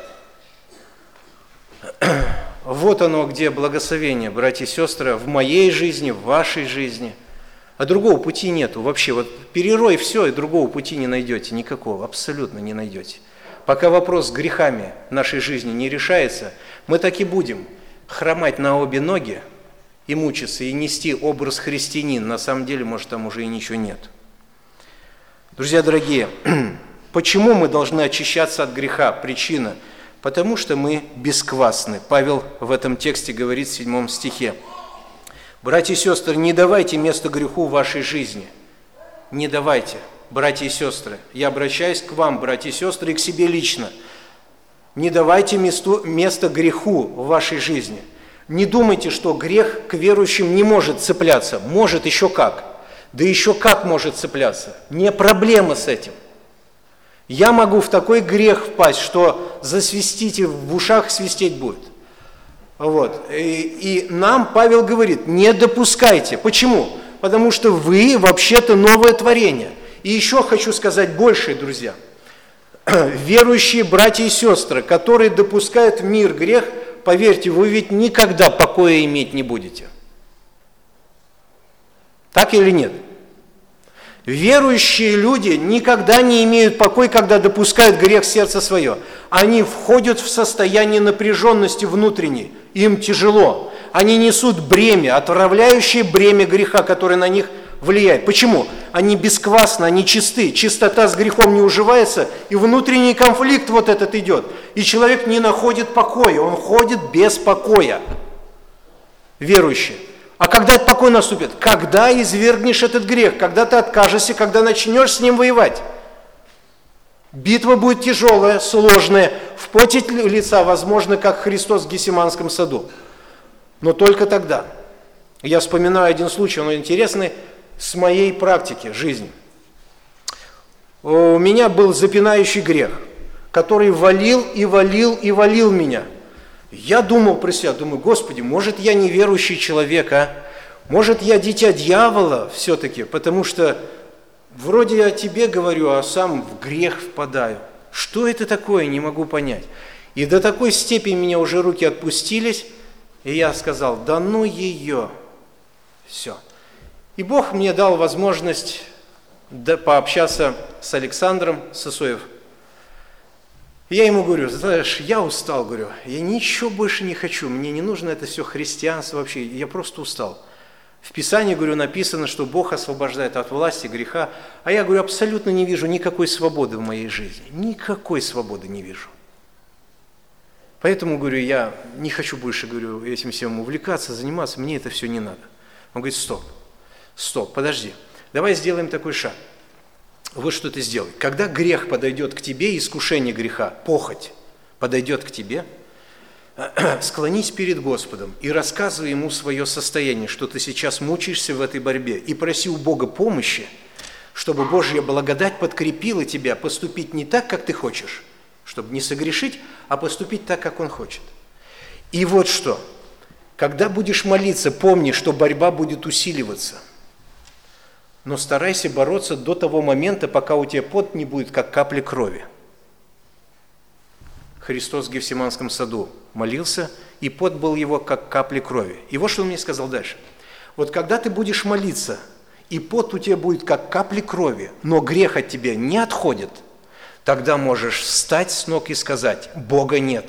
Вот оно, где благословение, братья и сестры, в моей жизни, в вашей жизни. А другого пути нету вообще. Вот перерой все, и другого пути не найдете, никакого, абсолютно не найдете. Пока вопрос с грехами нашей жизни не решается, мы так и будем хромать на обе ноги и мучиться, и нести образ христианин. На самом деле, может, там уже и ничего нет. Друзья дорогие, почему мы должны очищаться от греха? Причина – потому что мы бесквасны. Павел в этом тексте говорит в седьмом стихе. Братья и сестры, не давайте место греху в вашей жизни. Не давайте, братья и сестры. Я обращаюсь к вам, братья и сестры, и к себе лично. Не давайте месту, место греху в вашей жизни. Не думайте, что грех к верующим не может цепляться. Может еще как. Да еще как может цепляться. Не проблема с этим. Я могу в такой грех впасть, что засвистите, в ушах свистеть будет. Вот. И, и нам Павел говорит, не допускайте. Почему? Потому что вы вообще-то новое творение. И еще хочу сказать больше, друзья. Верующие братья и сестры, которые допускают в мир грех, поверьте, вы ведь никогда покоя иметь не будете. Так или нет? Верующие люди никогда не имеют покоя, когда допускают грех в сердце свое. Они входят в состояние напряженности внутренней. Им тяжело. Они несут бремя, отравляющее бремя греха, которое на них влияет. Почему? Они бесквасны, они чисты. Чистота с грехом не уживается, и внутренний конфликт вот этот идет. И человек не находит покоя, он ходит без покоя. Верующий. А когда этот покой наступит? Когда извергнешь этот грех, когда ты откажешься, когда начнешь с ним воевать. Битва будет тяжелая, сложная, в поте лица, возможно, как Христос в Гефсиманском саду. Но только тогда. Я вспоминаю один случай, он интересный, с моей практики жизни. У меня был запинающий грех, который валил и валил и валил меня. Я думал про себя, думаю, Господи, может, я неверующий человек, а? Может, я дитя дьявола все-таки, потому что вроде я о тебе говорю, а сам в грех впадаю. Что это такое, не могу понять. И до такой степени меня уже руки отпустились, и я сказал, да ну ее, все. И Бог мне дал возможность пообщаться с Александром Сысоев. Я ему говорю, знаешь, я устал, говорю, я ничего больше не хочу, мне не нужно это все христианство вообще, я просто устал. В Писании, говорю, написано, что Бог освобождает от власти греха, а я, говорю, абсолютно не вижу никакой свободы в моей жизни, никакой свободы не вижу. Поэтому, говорю, я не хочу больше, говорю, этим всем увлекаться, заниматься, мне это все не надо. Он говорит, стоп, стоп, подожди, давай сделаем такой шаг. Вот что ты сделай. Когда грех подойдет к тебе, искушение греха, похоть подойдет к тебе, склонись перед Господом и рассказывай Ему свое состояние, что ты сейчас мучаешься в этой борьбе, и проси у Бога помощи, чтобы Божья благодать подкрепила тебя поступить не так, как ты хочешь, чтобы не согрешить, а поступить так, как Он хочет. И вот что, когда будешь молиться, помни, что борьба будет усиливаться, но старайся бороться до того момента, пока у тебя пот не будет, как капли крови. Христос в Гефсиманском саду молился, и пот был его, как капли крови. И вот что он мне сказал дальше. Вот когда ты будешь молиться, и пот у тебя будет, как капли крови, но грех от тебя не отходит, тогда можешь встать с ног и сказать, Бога нет.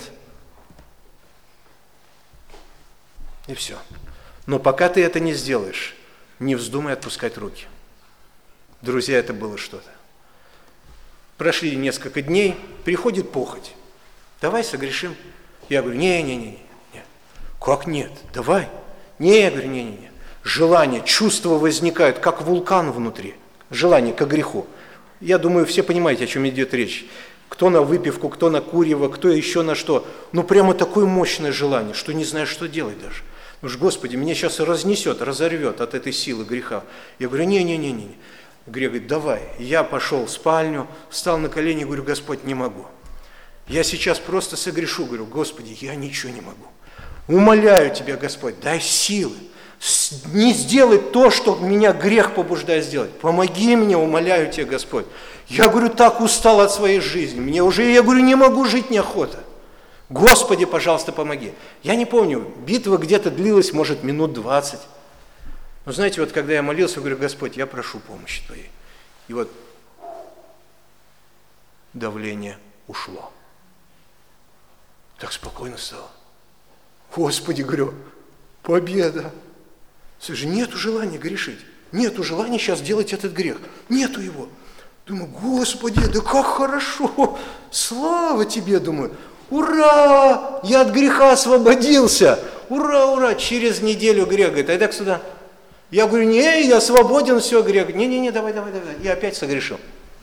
И все. Но пока ты это не сделаешь, не вздумай отпускать руки. Друзья, это было что-то. Прошли несколько дней, приходит похоть. Давай согрешим. Я говорю, не-не-не. Как нет? Давай. Не, я говорю, не-не-не. Желания, чувства возникают, как вулкан внутри. Желание к греху. Я думаю, все понимаете, о чем идет речь. Кто на выпивку, кто на курево, кто еще на что. Ну, прямо такое мощное желание, что не знаешь, что делать даже. Ну ж, Господи, меня сейчас разнесет, разорвет от этой силы греха. Я говорю, не-не-не-не. Грех говорит, давай. Я пошел в спальню, встал на колени и говорю, Господь, не могу. Я сейчас просто согрешу, говорю, Господи, я ничего не могу. Умоляю Тебя, Господь, дай силы. Не сделай то, что меня грех побуждает сделать. Помоги мне, умоляю Тебя, Господь. Я, говорю, так устал от своей жизни. Мне уже, я говорю, не могу жить, неохота. Господи, пожалуйста, помоги. Я не помню, битва где-то длилась, может, минут двадцать. Но знаете, вот когда я молился, говорю, Господь, я прошу помощи Твоей. И вот давление ушло. Так спокойно стало. Господи, говорю, победа. Слушай, нету желания грешить. Нету желания сейчас делать этот грех. Нету его. Думаю, Господи, да как хорошо. Слава Тебе, думаю. Ура! Я от греха освободился. Ура, ура. Через неделю грех говорит, а так сюда. Я говорю, не, я свободен, все, грех. Не-не-не, давай, давай, давай. Я опять согрешил.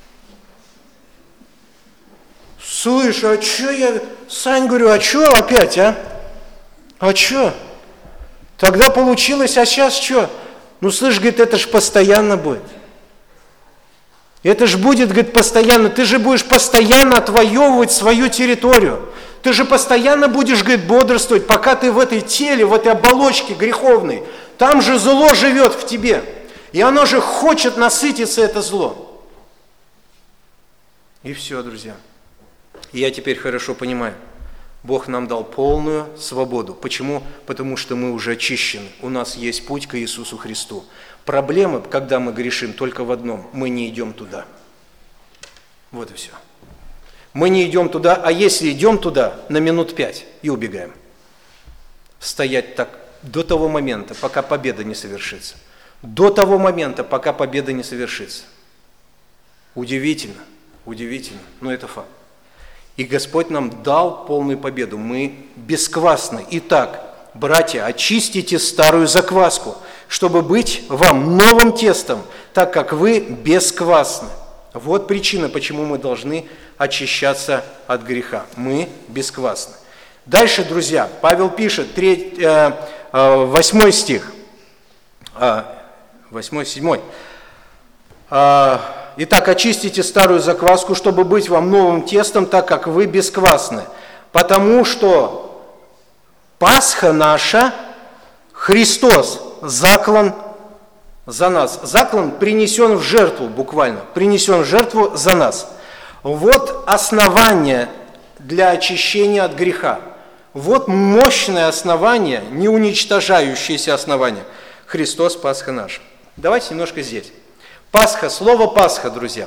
Слышь, а что я... Сань, говорю, а что опять, а? А что? Тогда получилось, а сейчас что? Ну, слышь, говорит, это ж постоянно будет. Это ж будет, говорит, постоянно. Ты же будешь постоянно отвоевывать свою территорию. Ты же постоянно будешь, говорит, бодрствовать, пока ты в этой теле, в этой оболочке греховной. Там же зло живет в тебе. И оно же хочет насытиться, это зло. И все, друзья. И я теперь хорошо понимаю. Бог нам дал полную свободу. Почему? Потому что мы уже очищены. У нас есть путь к Иисусу Христу. Проблема, когда мы грешим, только в одном. Мы не идем туда. Вот и все. Мы не идем туда, а если идем туда, на минут пять и убегаем. Стоять так до того момента, пока победа не совершится. До того момента, пока победа не совершится. Удивительно, удивительно, но это факт. И Господь нам дал полную победу. Мы бесквасны. Итак, братья, очистите старую закваску, чтобы быть вам новым тестом, так как вы бесквасны. Вот причина, почему мы должны очищаться от греха. Мы бесквасны. Дальше, друзья, Павел пишет, восьмой стих, восьмой, седьмой. «Итак, очистите старую закваску, чтобы быть вам новым тестом, так как вы бесквасны, потому что Пасха наша, Христос, заклан за нас». Заклан принесен в жертву, буквально, принесен в жертву за нас. Вот основание для очищения от греха. Вот мощное основание, не уничтожающееся основание. Христос, Пасха наша. Давайте немножко здесь. Пасха, слово Пасха, друзья.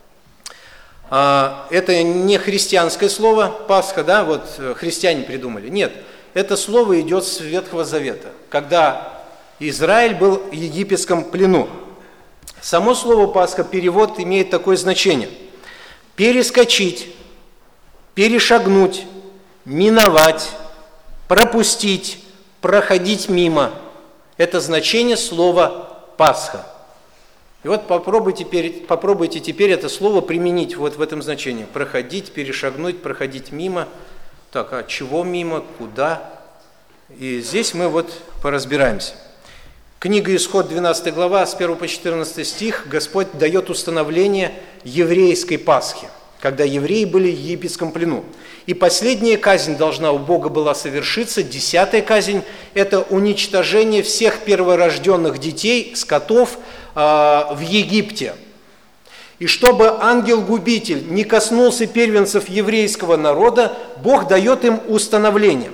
Это не христианское слово, Пасха, да, вот христиане придумали. Нет, это слово идет с Ветхого Завета, когда Израиль был в египетском плену. Само слово Пасха, перевод имеет такое значение: перескочить, перешагнуть, миновать, пропустить, проходить мимо. Это значение слова Пасха. И вот попробуйте теперь, попробуйте теперь это слово применить вот в этом значении. Проходить, перешагнуть, проходить мимо. Так, а чего мимо, куда? И здесь мы вот поразбираемся. Книга Исход, двенадцатая глава, с первого по четырнадцатый стих, Господь дает установление еврейской Пасхи, когда евреи были в египетском плену. И последняя казнь должна у Бога была совершиться, десятая казнь – это уничтожение всех перворожденных детей, скотов э, в Египте. И чтобы ангел-губитель не коснулся первенцев еврейского народа, Бог дает им установление.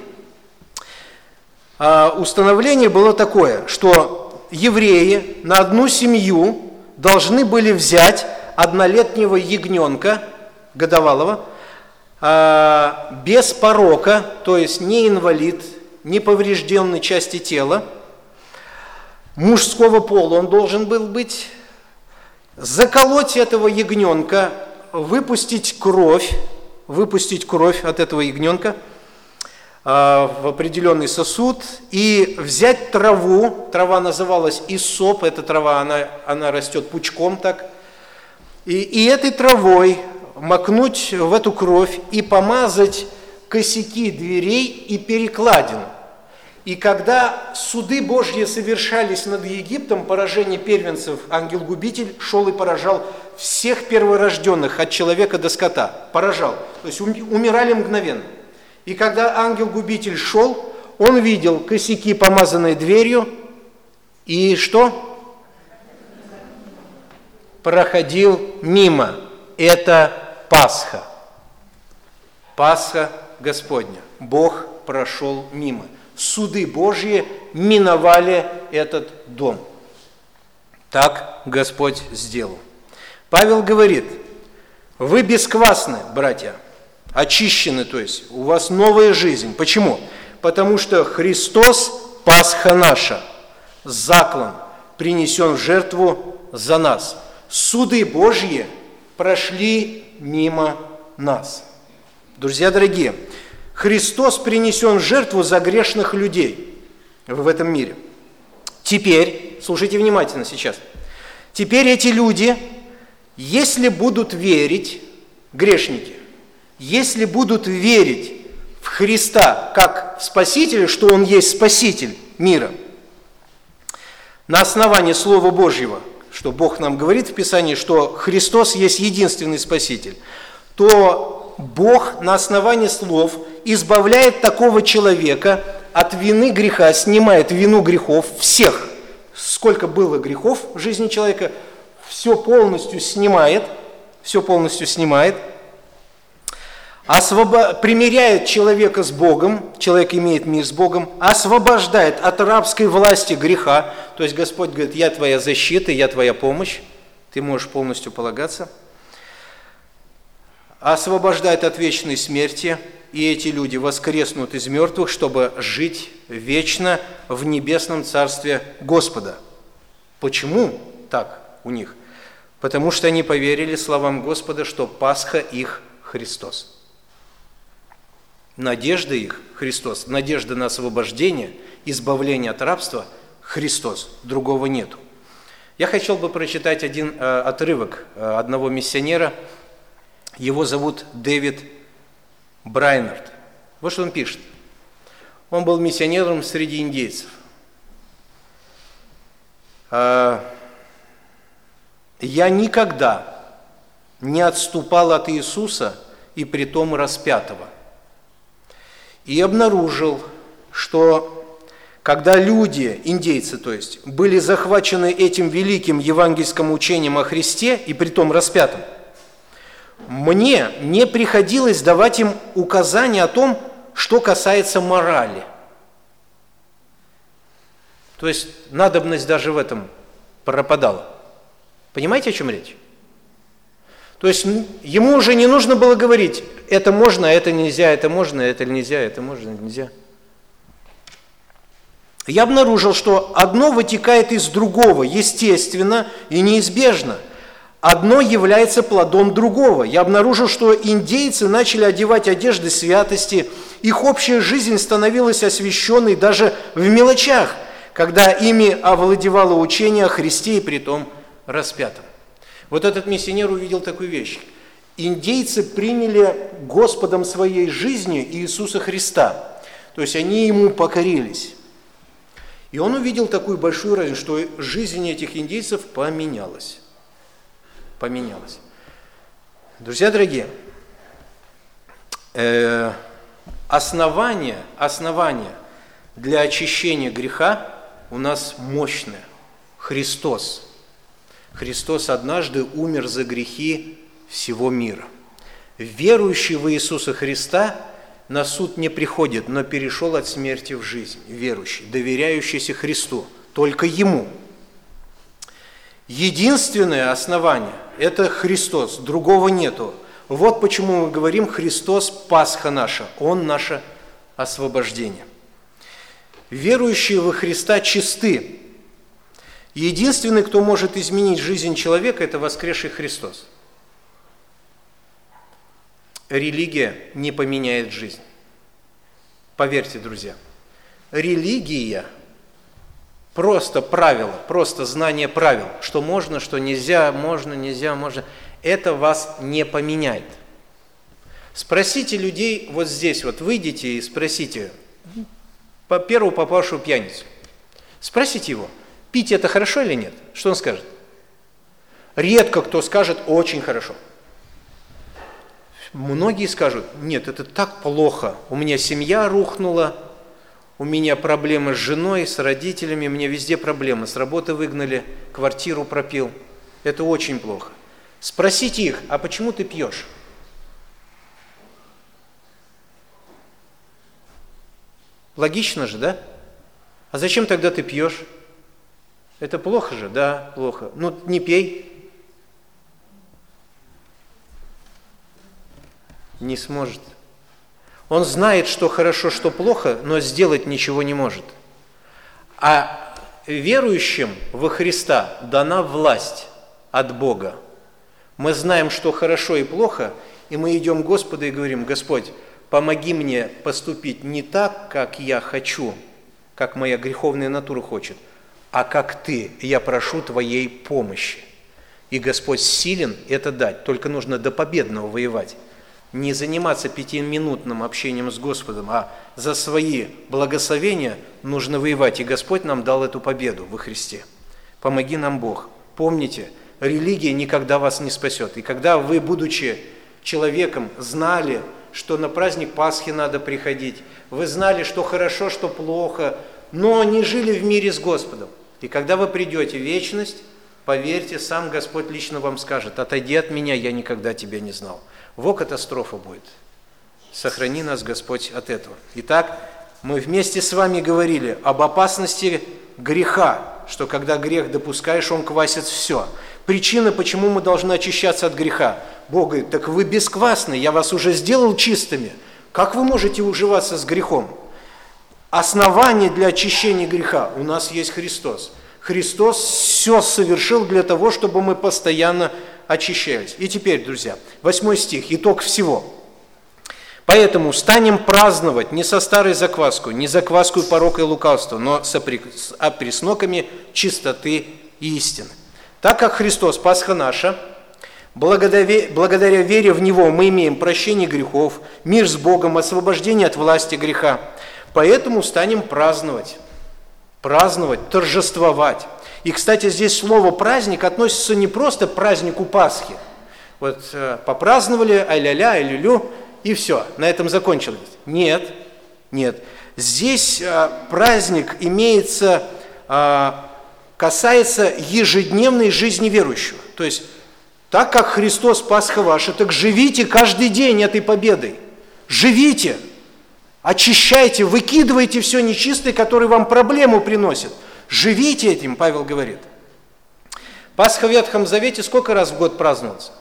Э, установление было такое, что евреи на одну семью должны были взять однолетнего ягненка, годовалого, без порока, то есть не инвалид, не поврежденной части тела, мужского пола он должен был быть, заколоть этого ягненка, выпустить кровь, выпустить кровь от этого ягненка в определенный сосуд и взять траву, трава называлась иссоп, эта трава, она, она растет пучком так, и, и этой травой макнуть в эту кровь и помазать косяки дверей и перекладин. И когда суды Божьи совершались над Египтом, поражение первенцев, ангел-губитель шел и поражал всех перворожденных, от человека до скота. Поражал. То есть умирали мгновенно. И когда ангел-губитель шел, он видел косяки, помазанные дверью, и что? Проходил мимо. Это Пасха. Пасха Господня. Бог прошел мимо. Суды Божьи миновали этот дом. Так Господь сделал. Павел говорит: вы бесквасны, братья, очищены, то есть у вас новая жизнь. Почему? Потому что Христос, Пасха наша, заклан, принесен в жертву за нас. Суды Божьи прошли мимо нас. Друзья дорогие, Христос принесен в жертву за грешных людей в этом мире. Теперь, слушайте внимательно сейчас, теперь эти люди, если будут верить, грешники, если будут верить в Христа как в Спасителя, что Он есть Спаситель мира, на основании Слова Божьего, что Бог нам говорит в Писании, что Христос есть единственный Спаситель, то Бог на основании слов избавляет такого человека от вины греха, снимает вину грехов всех. Сколько было грехов в жизни человека, все полностью снимает, все полностью снимает, освобо... примиряет человека с Богом, человек имеет мир с Богом, освобождает от рабской власти греха, то есть Господь говорит: я твоя защита, я твоя помощь, ты можешь полностью полагаться, освобождает от вечной смерти, и эти люди воскреснут из мертвых, чтобы жить вечно в небесном царстве Господа. Почему так у них? Потому что они поверили словам Господа, что Пасха их Христос. Надежда их Христос, надежда на освобождение, избавление от рабства Христос, другого нету. Я хотел бы прочитать один э, отрывок э, одного миссионера, его зовут Дэвид Брайнард. Вот что он пишет. Он был миссионером среди индейцев. Я никогда не отступал от Иисуса и притом распятого. И обнаружил, что когда люди, индейцы, то есть, были захвачены этим великим евангельским учением о Христе и притом распятым, мне не приходилось давать им указания о том, что касается морали. То есть надобность даже в этом пропадала. Понимаете, о чем речь? То есть ему уже не нужно было говорить, это можно, это нельзя, это можно, это нельзя, это можно, это нельзя. Я обнаружил, что одно вытекает из другого, естественно и неизбежно. Одно является плодом другого. Я обнаружил, что индейцы начали одевать одежды святости, их общая жизнь становилась освященной даже в мелочах, когда ими овладевало учение о Христе и притом распятом. Вот этот миссионер увидел такую вещь. Индейцы приняли Господом своей жизни Иисуса Христа. То есть они Ему покорились. И он увидел такую большую разницу, что жизнь этих индейцев поменялась. Поменялась. Друзья дорогие, э, основание, основание для очищения греха у нас мощное. Христос. Христос однажды умер за грехи всего мира. Верующий в Иисуса Христа на суд не приходит, но перешел от смерти в жизнь. Верующий, доверяющийся Христу, только Ему. Единственное основание – это Христос, другого нету. Вот почему мы говорим: Христос – Пасха наша, Он – наше освобождение. Верующие во Христа чисты. Единственный, кто может изменить жизнь человека – это воскресший Христос. Религия не поменяет жизнь. Поверьте, друзья, религия – просто правила, просто знание правил, что можно, что нельзя, можно, нельзя, можно. Это вас не поменяет. Спросите людей вот здесь, вот выйдите и спросите по первому попавшему пьяницу. Спросите его, пить это хорошо или нет? Что он скажет? Редко кто скажет очень хорошо. Многие скажут: нет, это так плохо, у меня семья рухнула, у меня проблемы с женой, с родителями, мне везде проблемы, с работы выгнали, квартиру пропил, это очень плохо. Спросите их: а почему ты пьешь? Логично же, да? А зачем тогда ты пьешь? Это плохо же? Да, плохо. Ну, не пей. Не сможет. Он знает, что хорошо, что плохо, но сделать ничего не может. А верующим во Христа дана власть от Бога. Мы знаем, что хорошо и плохо, и мы идем к Господу и говорим: Господь, помоги мне поступить не так, как я хочу, как моя греховная натура хочет, а как Ты. Я прошу Твоей помощи. И Господь силен это дать, только нужно до победного воевать. Не заниматься пятиминутным общением с Господом, а за свои благословения нужно воевать. И Господь нам дал эту победу во Христе. Помоги нам, Бог. Помните, религия никогда вас не спасет. И когда вы, будучи человеком, знали, что на праздник Пасхи надо приходить, вы знали, что хорошо, что плохо, но не жили в мире с Господом. И когда вы придете в вечность, поверьте, сам Господь лично вам скажет: отойди от меня, я никогда тебя не знал. Во катастрофа будет. Сохрани нас, Господь, от этого. Итак, мы вместе с вами говорили об опасности греха, что когда грех допускаешь, он квасит все. Причина, почему мы должны очищаться от греха. Бог говорит: так вы бесквасны, я вас уже сделал чистыми. Как вы можете уживаться с грехом? Основание для очищения греха у нас есть Христос. Христос все совершил для того, чтобы мы постоянно очищались. И теперь, друзья, восьмой стих, итог всего. Поэтому станем праздновать не со старой закваской, не закваской порока и лукавства, но с опресноками чистоты и истины. Так как Христос, Пасха наша, благодаря, благодаря вере в Него мы имеем прощение грехов, мир с Богом, освобождение от власти греха. Поэтому станем праздновать, праздновать, торжествовать. И, кстати, здесь слово «праздник» относится не просто к празднику Пасхи. Вот э, попраздновали, ай-ля-ля, ай-лю-лю, и все, на этом закончилось. Нет, нет. Здесь э, праздник имеется, э, касается ежедневной жизни верующего. То есть, так как Христос Пасха ваша, так живите каждый день этой победой. Живите, очищайте, выкидывайте все нечистое, которое вам проблему приносит. Живите этим, Павел говорит. Пасха в Ветхом Завете сколько раз в год праздновался?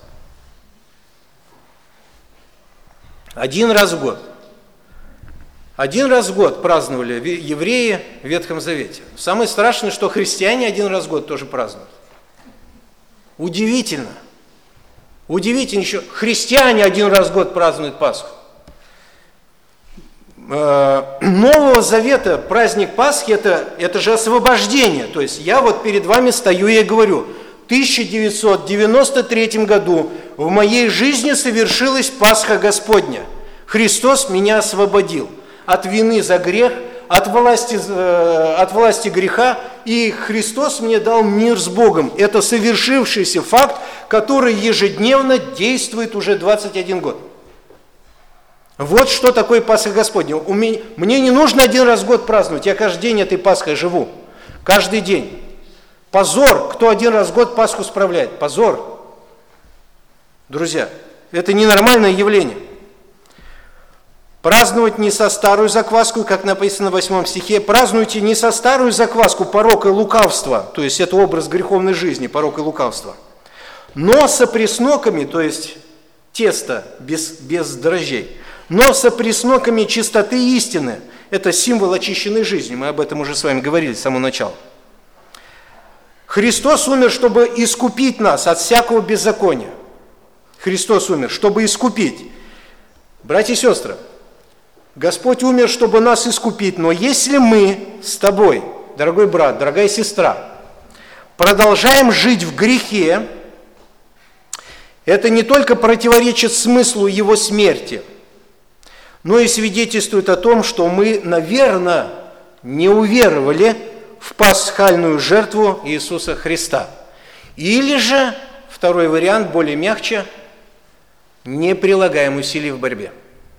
Один раз в год. Один раз в год праздновали евреи в Ветхом Завете. Самое страшное, что христиане один раз в год тоже празднуют. Удивительно. Удивительно еще, христиане один раз в год празднуют Пасху. Нового Завета праздник Пасхи это, это же освобождение. То есть я вот перед вами стою и говорю, в тысяча девятьсот девяносто третьем году в моей жизни совершилась Пасха Господня. Христос меня освободил от вины за грех, от власти, от власти греха, и Христос мне дал мир с Богом. Это совершившийся факт, который ежедневно действует уже двадцать один год. Вот что такое Пасха Господня. У меня, мне не нужно один раз в год праздновать, я каждый день этой Пасхой живу. Каждый день. Позор, кто один раз в год Пасху справляет. Позор. Друзья, это ненормальное явление. Праздновать не со старую закваску, как написано в восьмом стихе, празднуйте не со старую закваску порока и лукавства, то есть это образ греховной жизни, порок и лукавства, но со пресноками, то есть тесто без, без дрожжей, но со пресноками чистоты истины. Это символ очищенной жизни, мы об этом уже с вами говорили с самого начала. Христос умер, чтобы искупить нас от всякого беззакония. Христос умер, чтобы искупить. Братья и сестры, Господь умер, чтобы нас искупить, но если мы с тобой, дорогой брат, дорогая сестра, продолжаем жить в грехе, это не только противоречит смыслу Его смерти, но и свидетельствует о том, что мы, наверное, не уверовали в пасхальную жертву Иисуса Христа. Или же, второй вариант, более мягче, не прилагаем усилий в борьбе.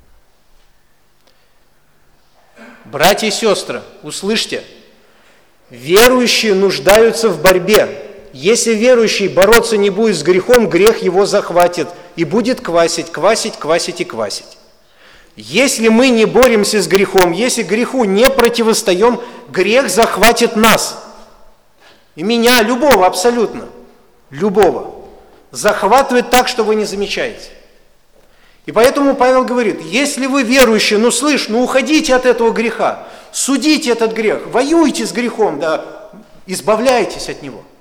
Братья и сестры, услышьте, верующие нуждаются в борьбе. Если верующий бороться не будет с грехом, грех его захватит и будет квасить, квасить, квасить и квасить. Если мы не боремся с грехом, если греху не противостоим, грех захватит нас. И меня, любого абсолютно, любого, захватывает так, что вы не замечаете. И поэтому Павел говорит, если вы верующие, ну слышь, ну уходите от этого греха, судите этот грех, воюйте с грехом, да, избавляйтесь от него.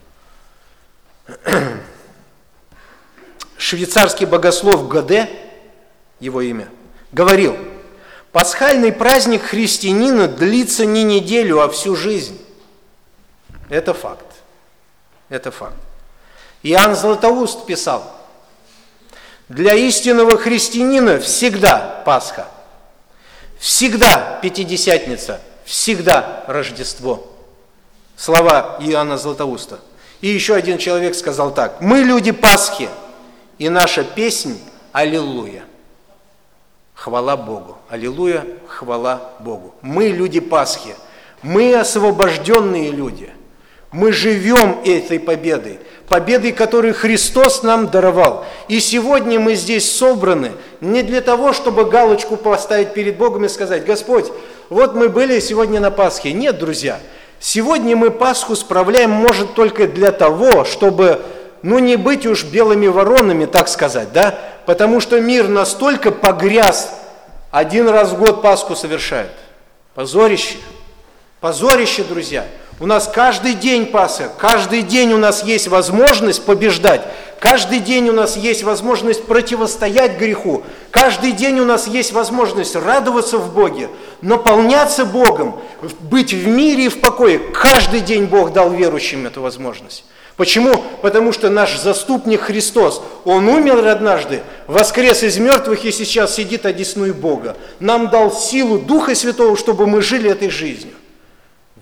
Швейцарский богослов Годе, его имя, говорил, пасхальный праздник христианина длится не неделю, а всю жизнь. Это факт. Это факт. Иоанн Златоуст писал, для истинного христианина всегда Пасха, всегда Пятидесятница, всегда Рождество. Слова Иоанна Златоуста. И еще один человек сказал так, мы люди Пасхи, и наша песнь «Аллилуйя». Хвала Богу. Аллилуйя, хвала Богу. Мы люди Пасхи, мы освобожденные люди. Мы живем этой победой, победой, которую Христос нам даровал. И сегодня мы здесь собраны не для того, чтобы галочку поставить перед Богом и сказать, Господь, вот мы были сегодня на Пасхе. Нет, друзья, сегодня мы Пасху справляем, может, только для того, чтобы, ну, не быть уж белыми воронами, так сказать, да, потому что мир настолько погряз, один раз в год Пасху совершает. Позорище, позорище, друзья. У нас каждый день Пасха, каждый день у нас есть возможность побеждать, каждый день у нас есть возможность противостоять греху, каждый день у нас есть возможность радоваться в Боге, наполняться Богом, быть в мире и в покое. Каждый день Бог дал верующим эту возможность. Почему? Потому что наш заступник Христос, Он умер однажды, воскрес из мертвых и сейчас сидит одесную Бога. Нам дал силу Духа Святого, чтобы мы жили этой жизнью.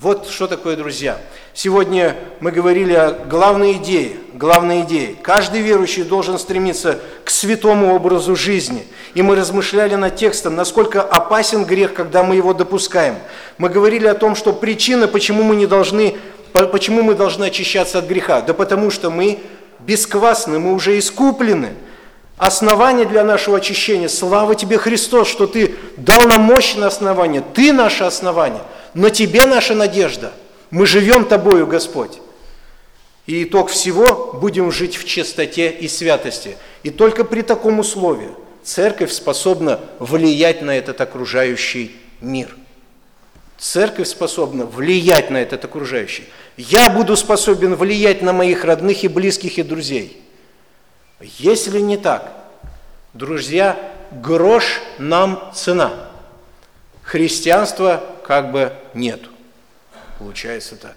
Вот что такое, друзья. Сегодня мы говорили о главной идее. Главной идее. Каждый верующий должен стремиться к святому образу жизни. И мы размышляли над текстом, насколько опасен грех, когда мы его допускаем. Мы говорили о том, что причина, почему мы не должны, почему мы должны очищаться от греха. Да потому что мы бесквасны, мы уже искуплены. Основание для нашего очищения. Слава тебе, Христос, что ты дал нам мощное основание. Ты наше основание. На тебе наша надежда. Мы живем тобою, Господь. И итог всего – будем жить в чистоте и святости. И только при таком условии церковь способна влиять на этот окружающий мир. Церковь способна влиять на этот окружающий. Я буду способен влиять на моих родных и близких и друзей. Если не так, друзья, грош нам цена. Христианства как бы нету. Получается так.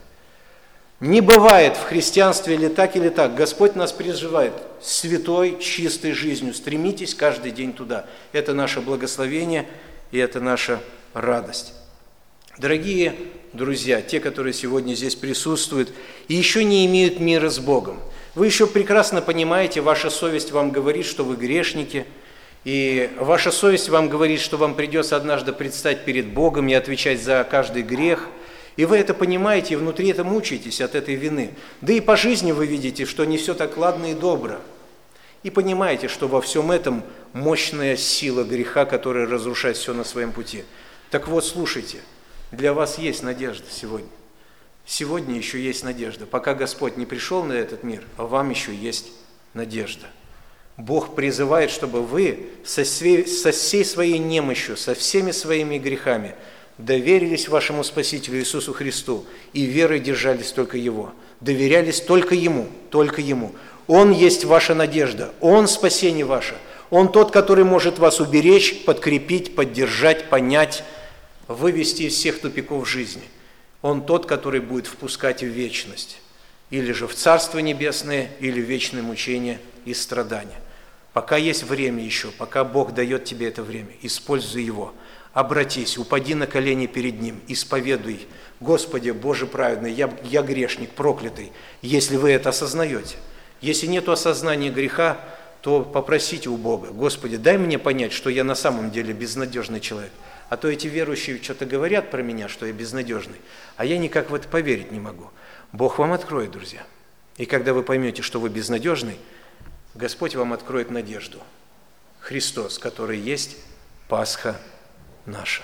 Не бывает в христианстве или так, или так. Господь нас призывает святой, чистой жизнью. Стремитесь каждый день туда. Это наше благословение и это наша радость. Дорогие друзья, те, которые сегодня здесь присутствуют и еще не имеют мира с Богом, вы еще прекрасно понимаете, ваша совесть вам говорит, что вы грешники, и ваша совесть вам говорит, что вам придется однажды предстать перед Богом и отвечать за каждый грех. И вы это понимаете, и внутри это мучаетесь от этой вины. Да и по жизни вы видите, что не все так ладно и добро. И понимаете, что во всем этом мощная сила греха, которая разрушает все на своем пути. Так вот, слушайте, для вас есть надежда сегодня. Сегодня еще есть надежда. Пока Господь не пришел на этот мир, а вам еще есть надежда. Бог призывает, чтобы вы со всей, со всей своей немощью, со всеми своими грехами доверились вашему Спасителю Иисусу Христу и верой держались только Его. Доверялись только Ему, только Ему. Он есть ваша надежда, Он спасение ваше. Он тот, который может вас уберечь, подкрепить, поддержать, понять, вывести из всех тупиков жизни. Он тот, который будет впускать в вечность, или же в Царство Небесное, или в вечное мучение и страдания. Пока есть время еще, пока Бог дает тебе это время, используй его. Обратись, упади на колени перед Ним, исповедуй: Господи, Боже праведный, я, я грешник, проклятый, если вы это осознаете. Если нет осознания греха, то попросите у Бога: Господи, дай мне понять, что я на самом деле безнадежный человек. А то эти верующие что-то говорят про меня, что я безнадежный, а я никак в это поверить не могу. Бог вам откроет, друзья. И когда вы поймете, что вы безнадежный, Господь вам откроет надежду. Христос, который есть Пасха наша.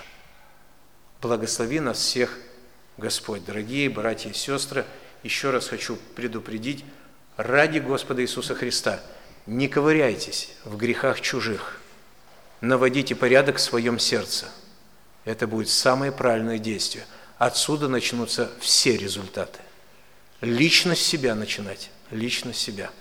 Благослови нас всех, Господь. Дорогие братья и сестры, еще раз хочу предупредить: ради Господа Иисуса Христа не ковыряйтесь в грехах чужих. Наводите порядок в своем сердце. Это будет самое правильное действие. Отсюда начнутся все результаты. Лично с себя начинать. Лично с себя.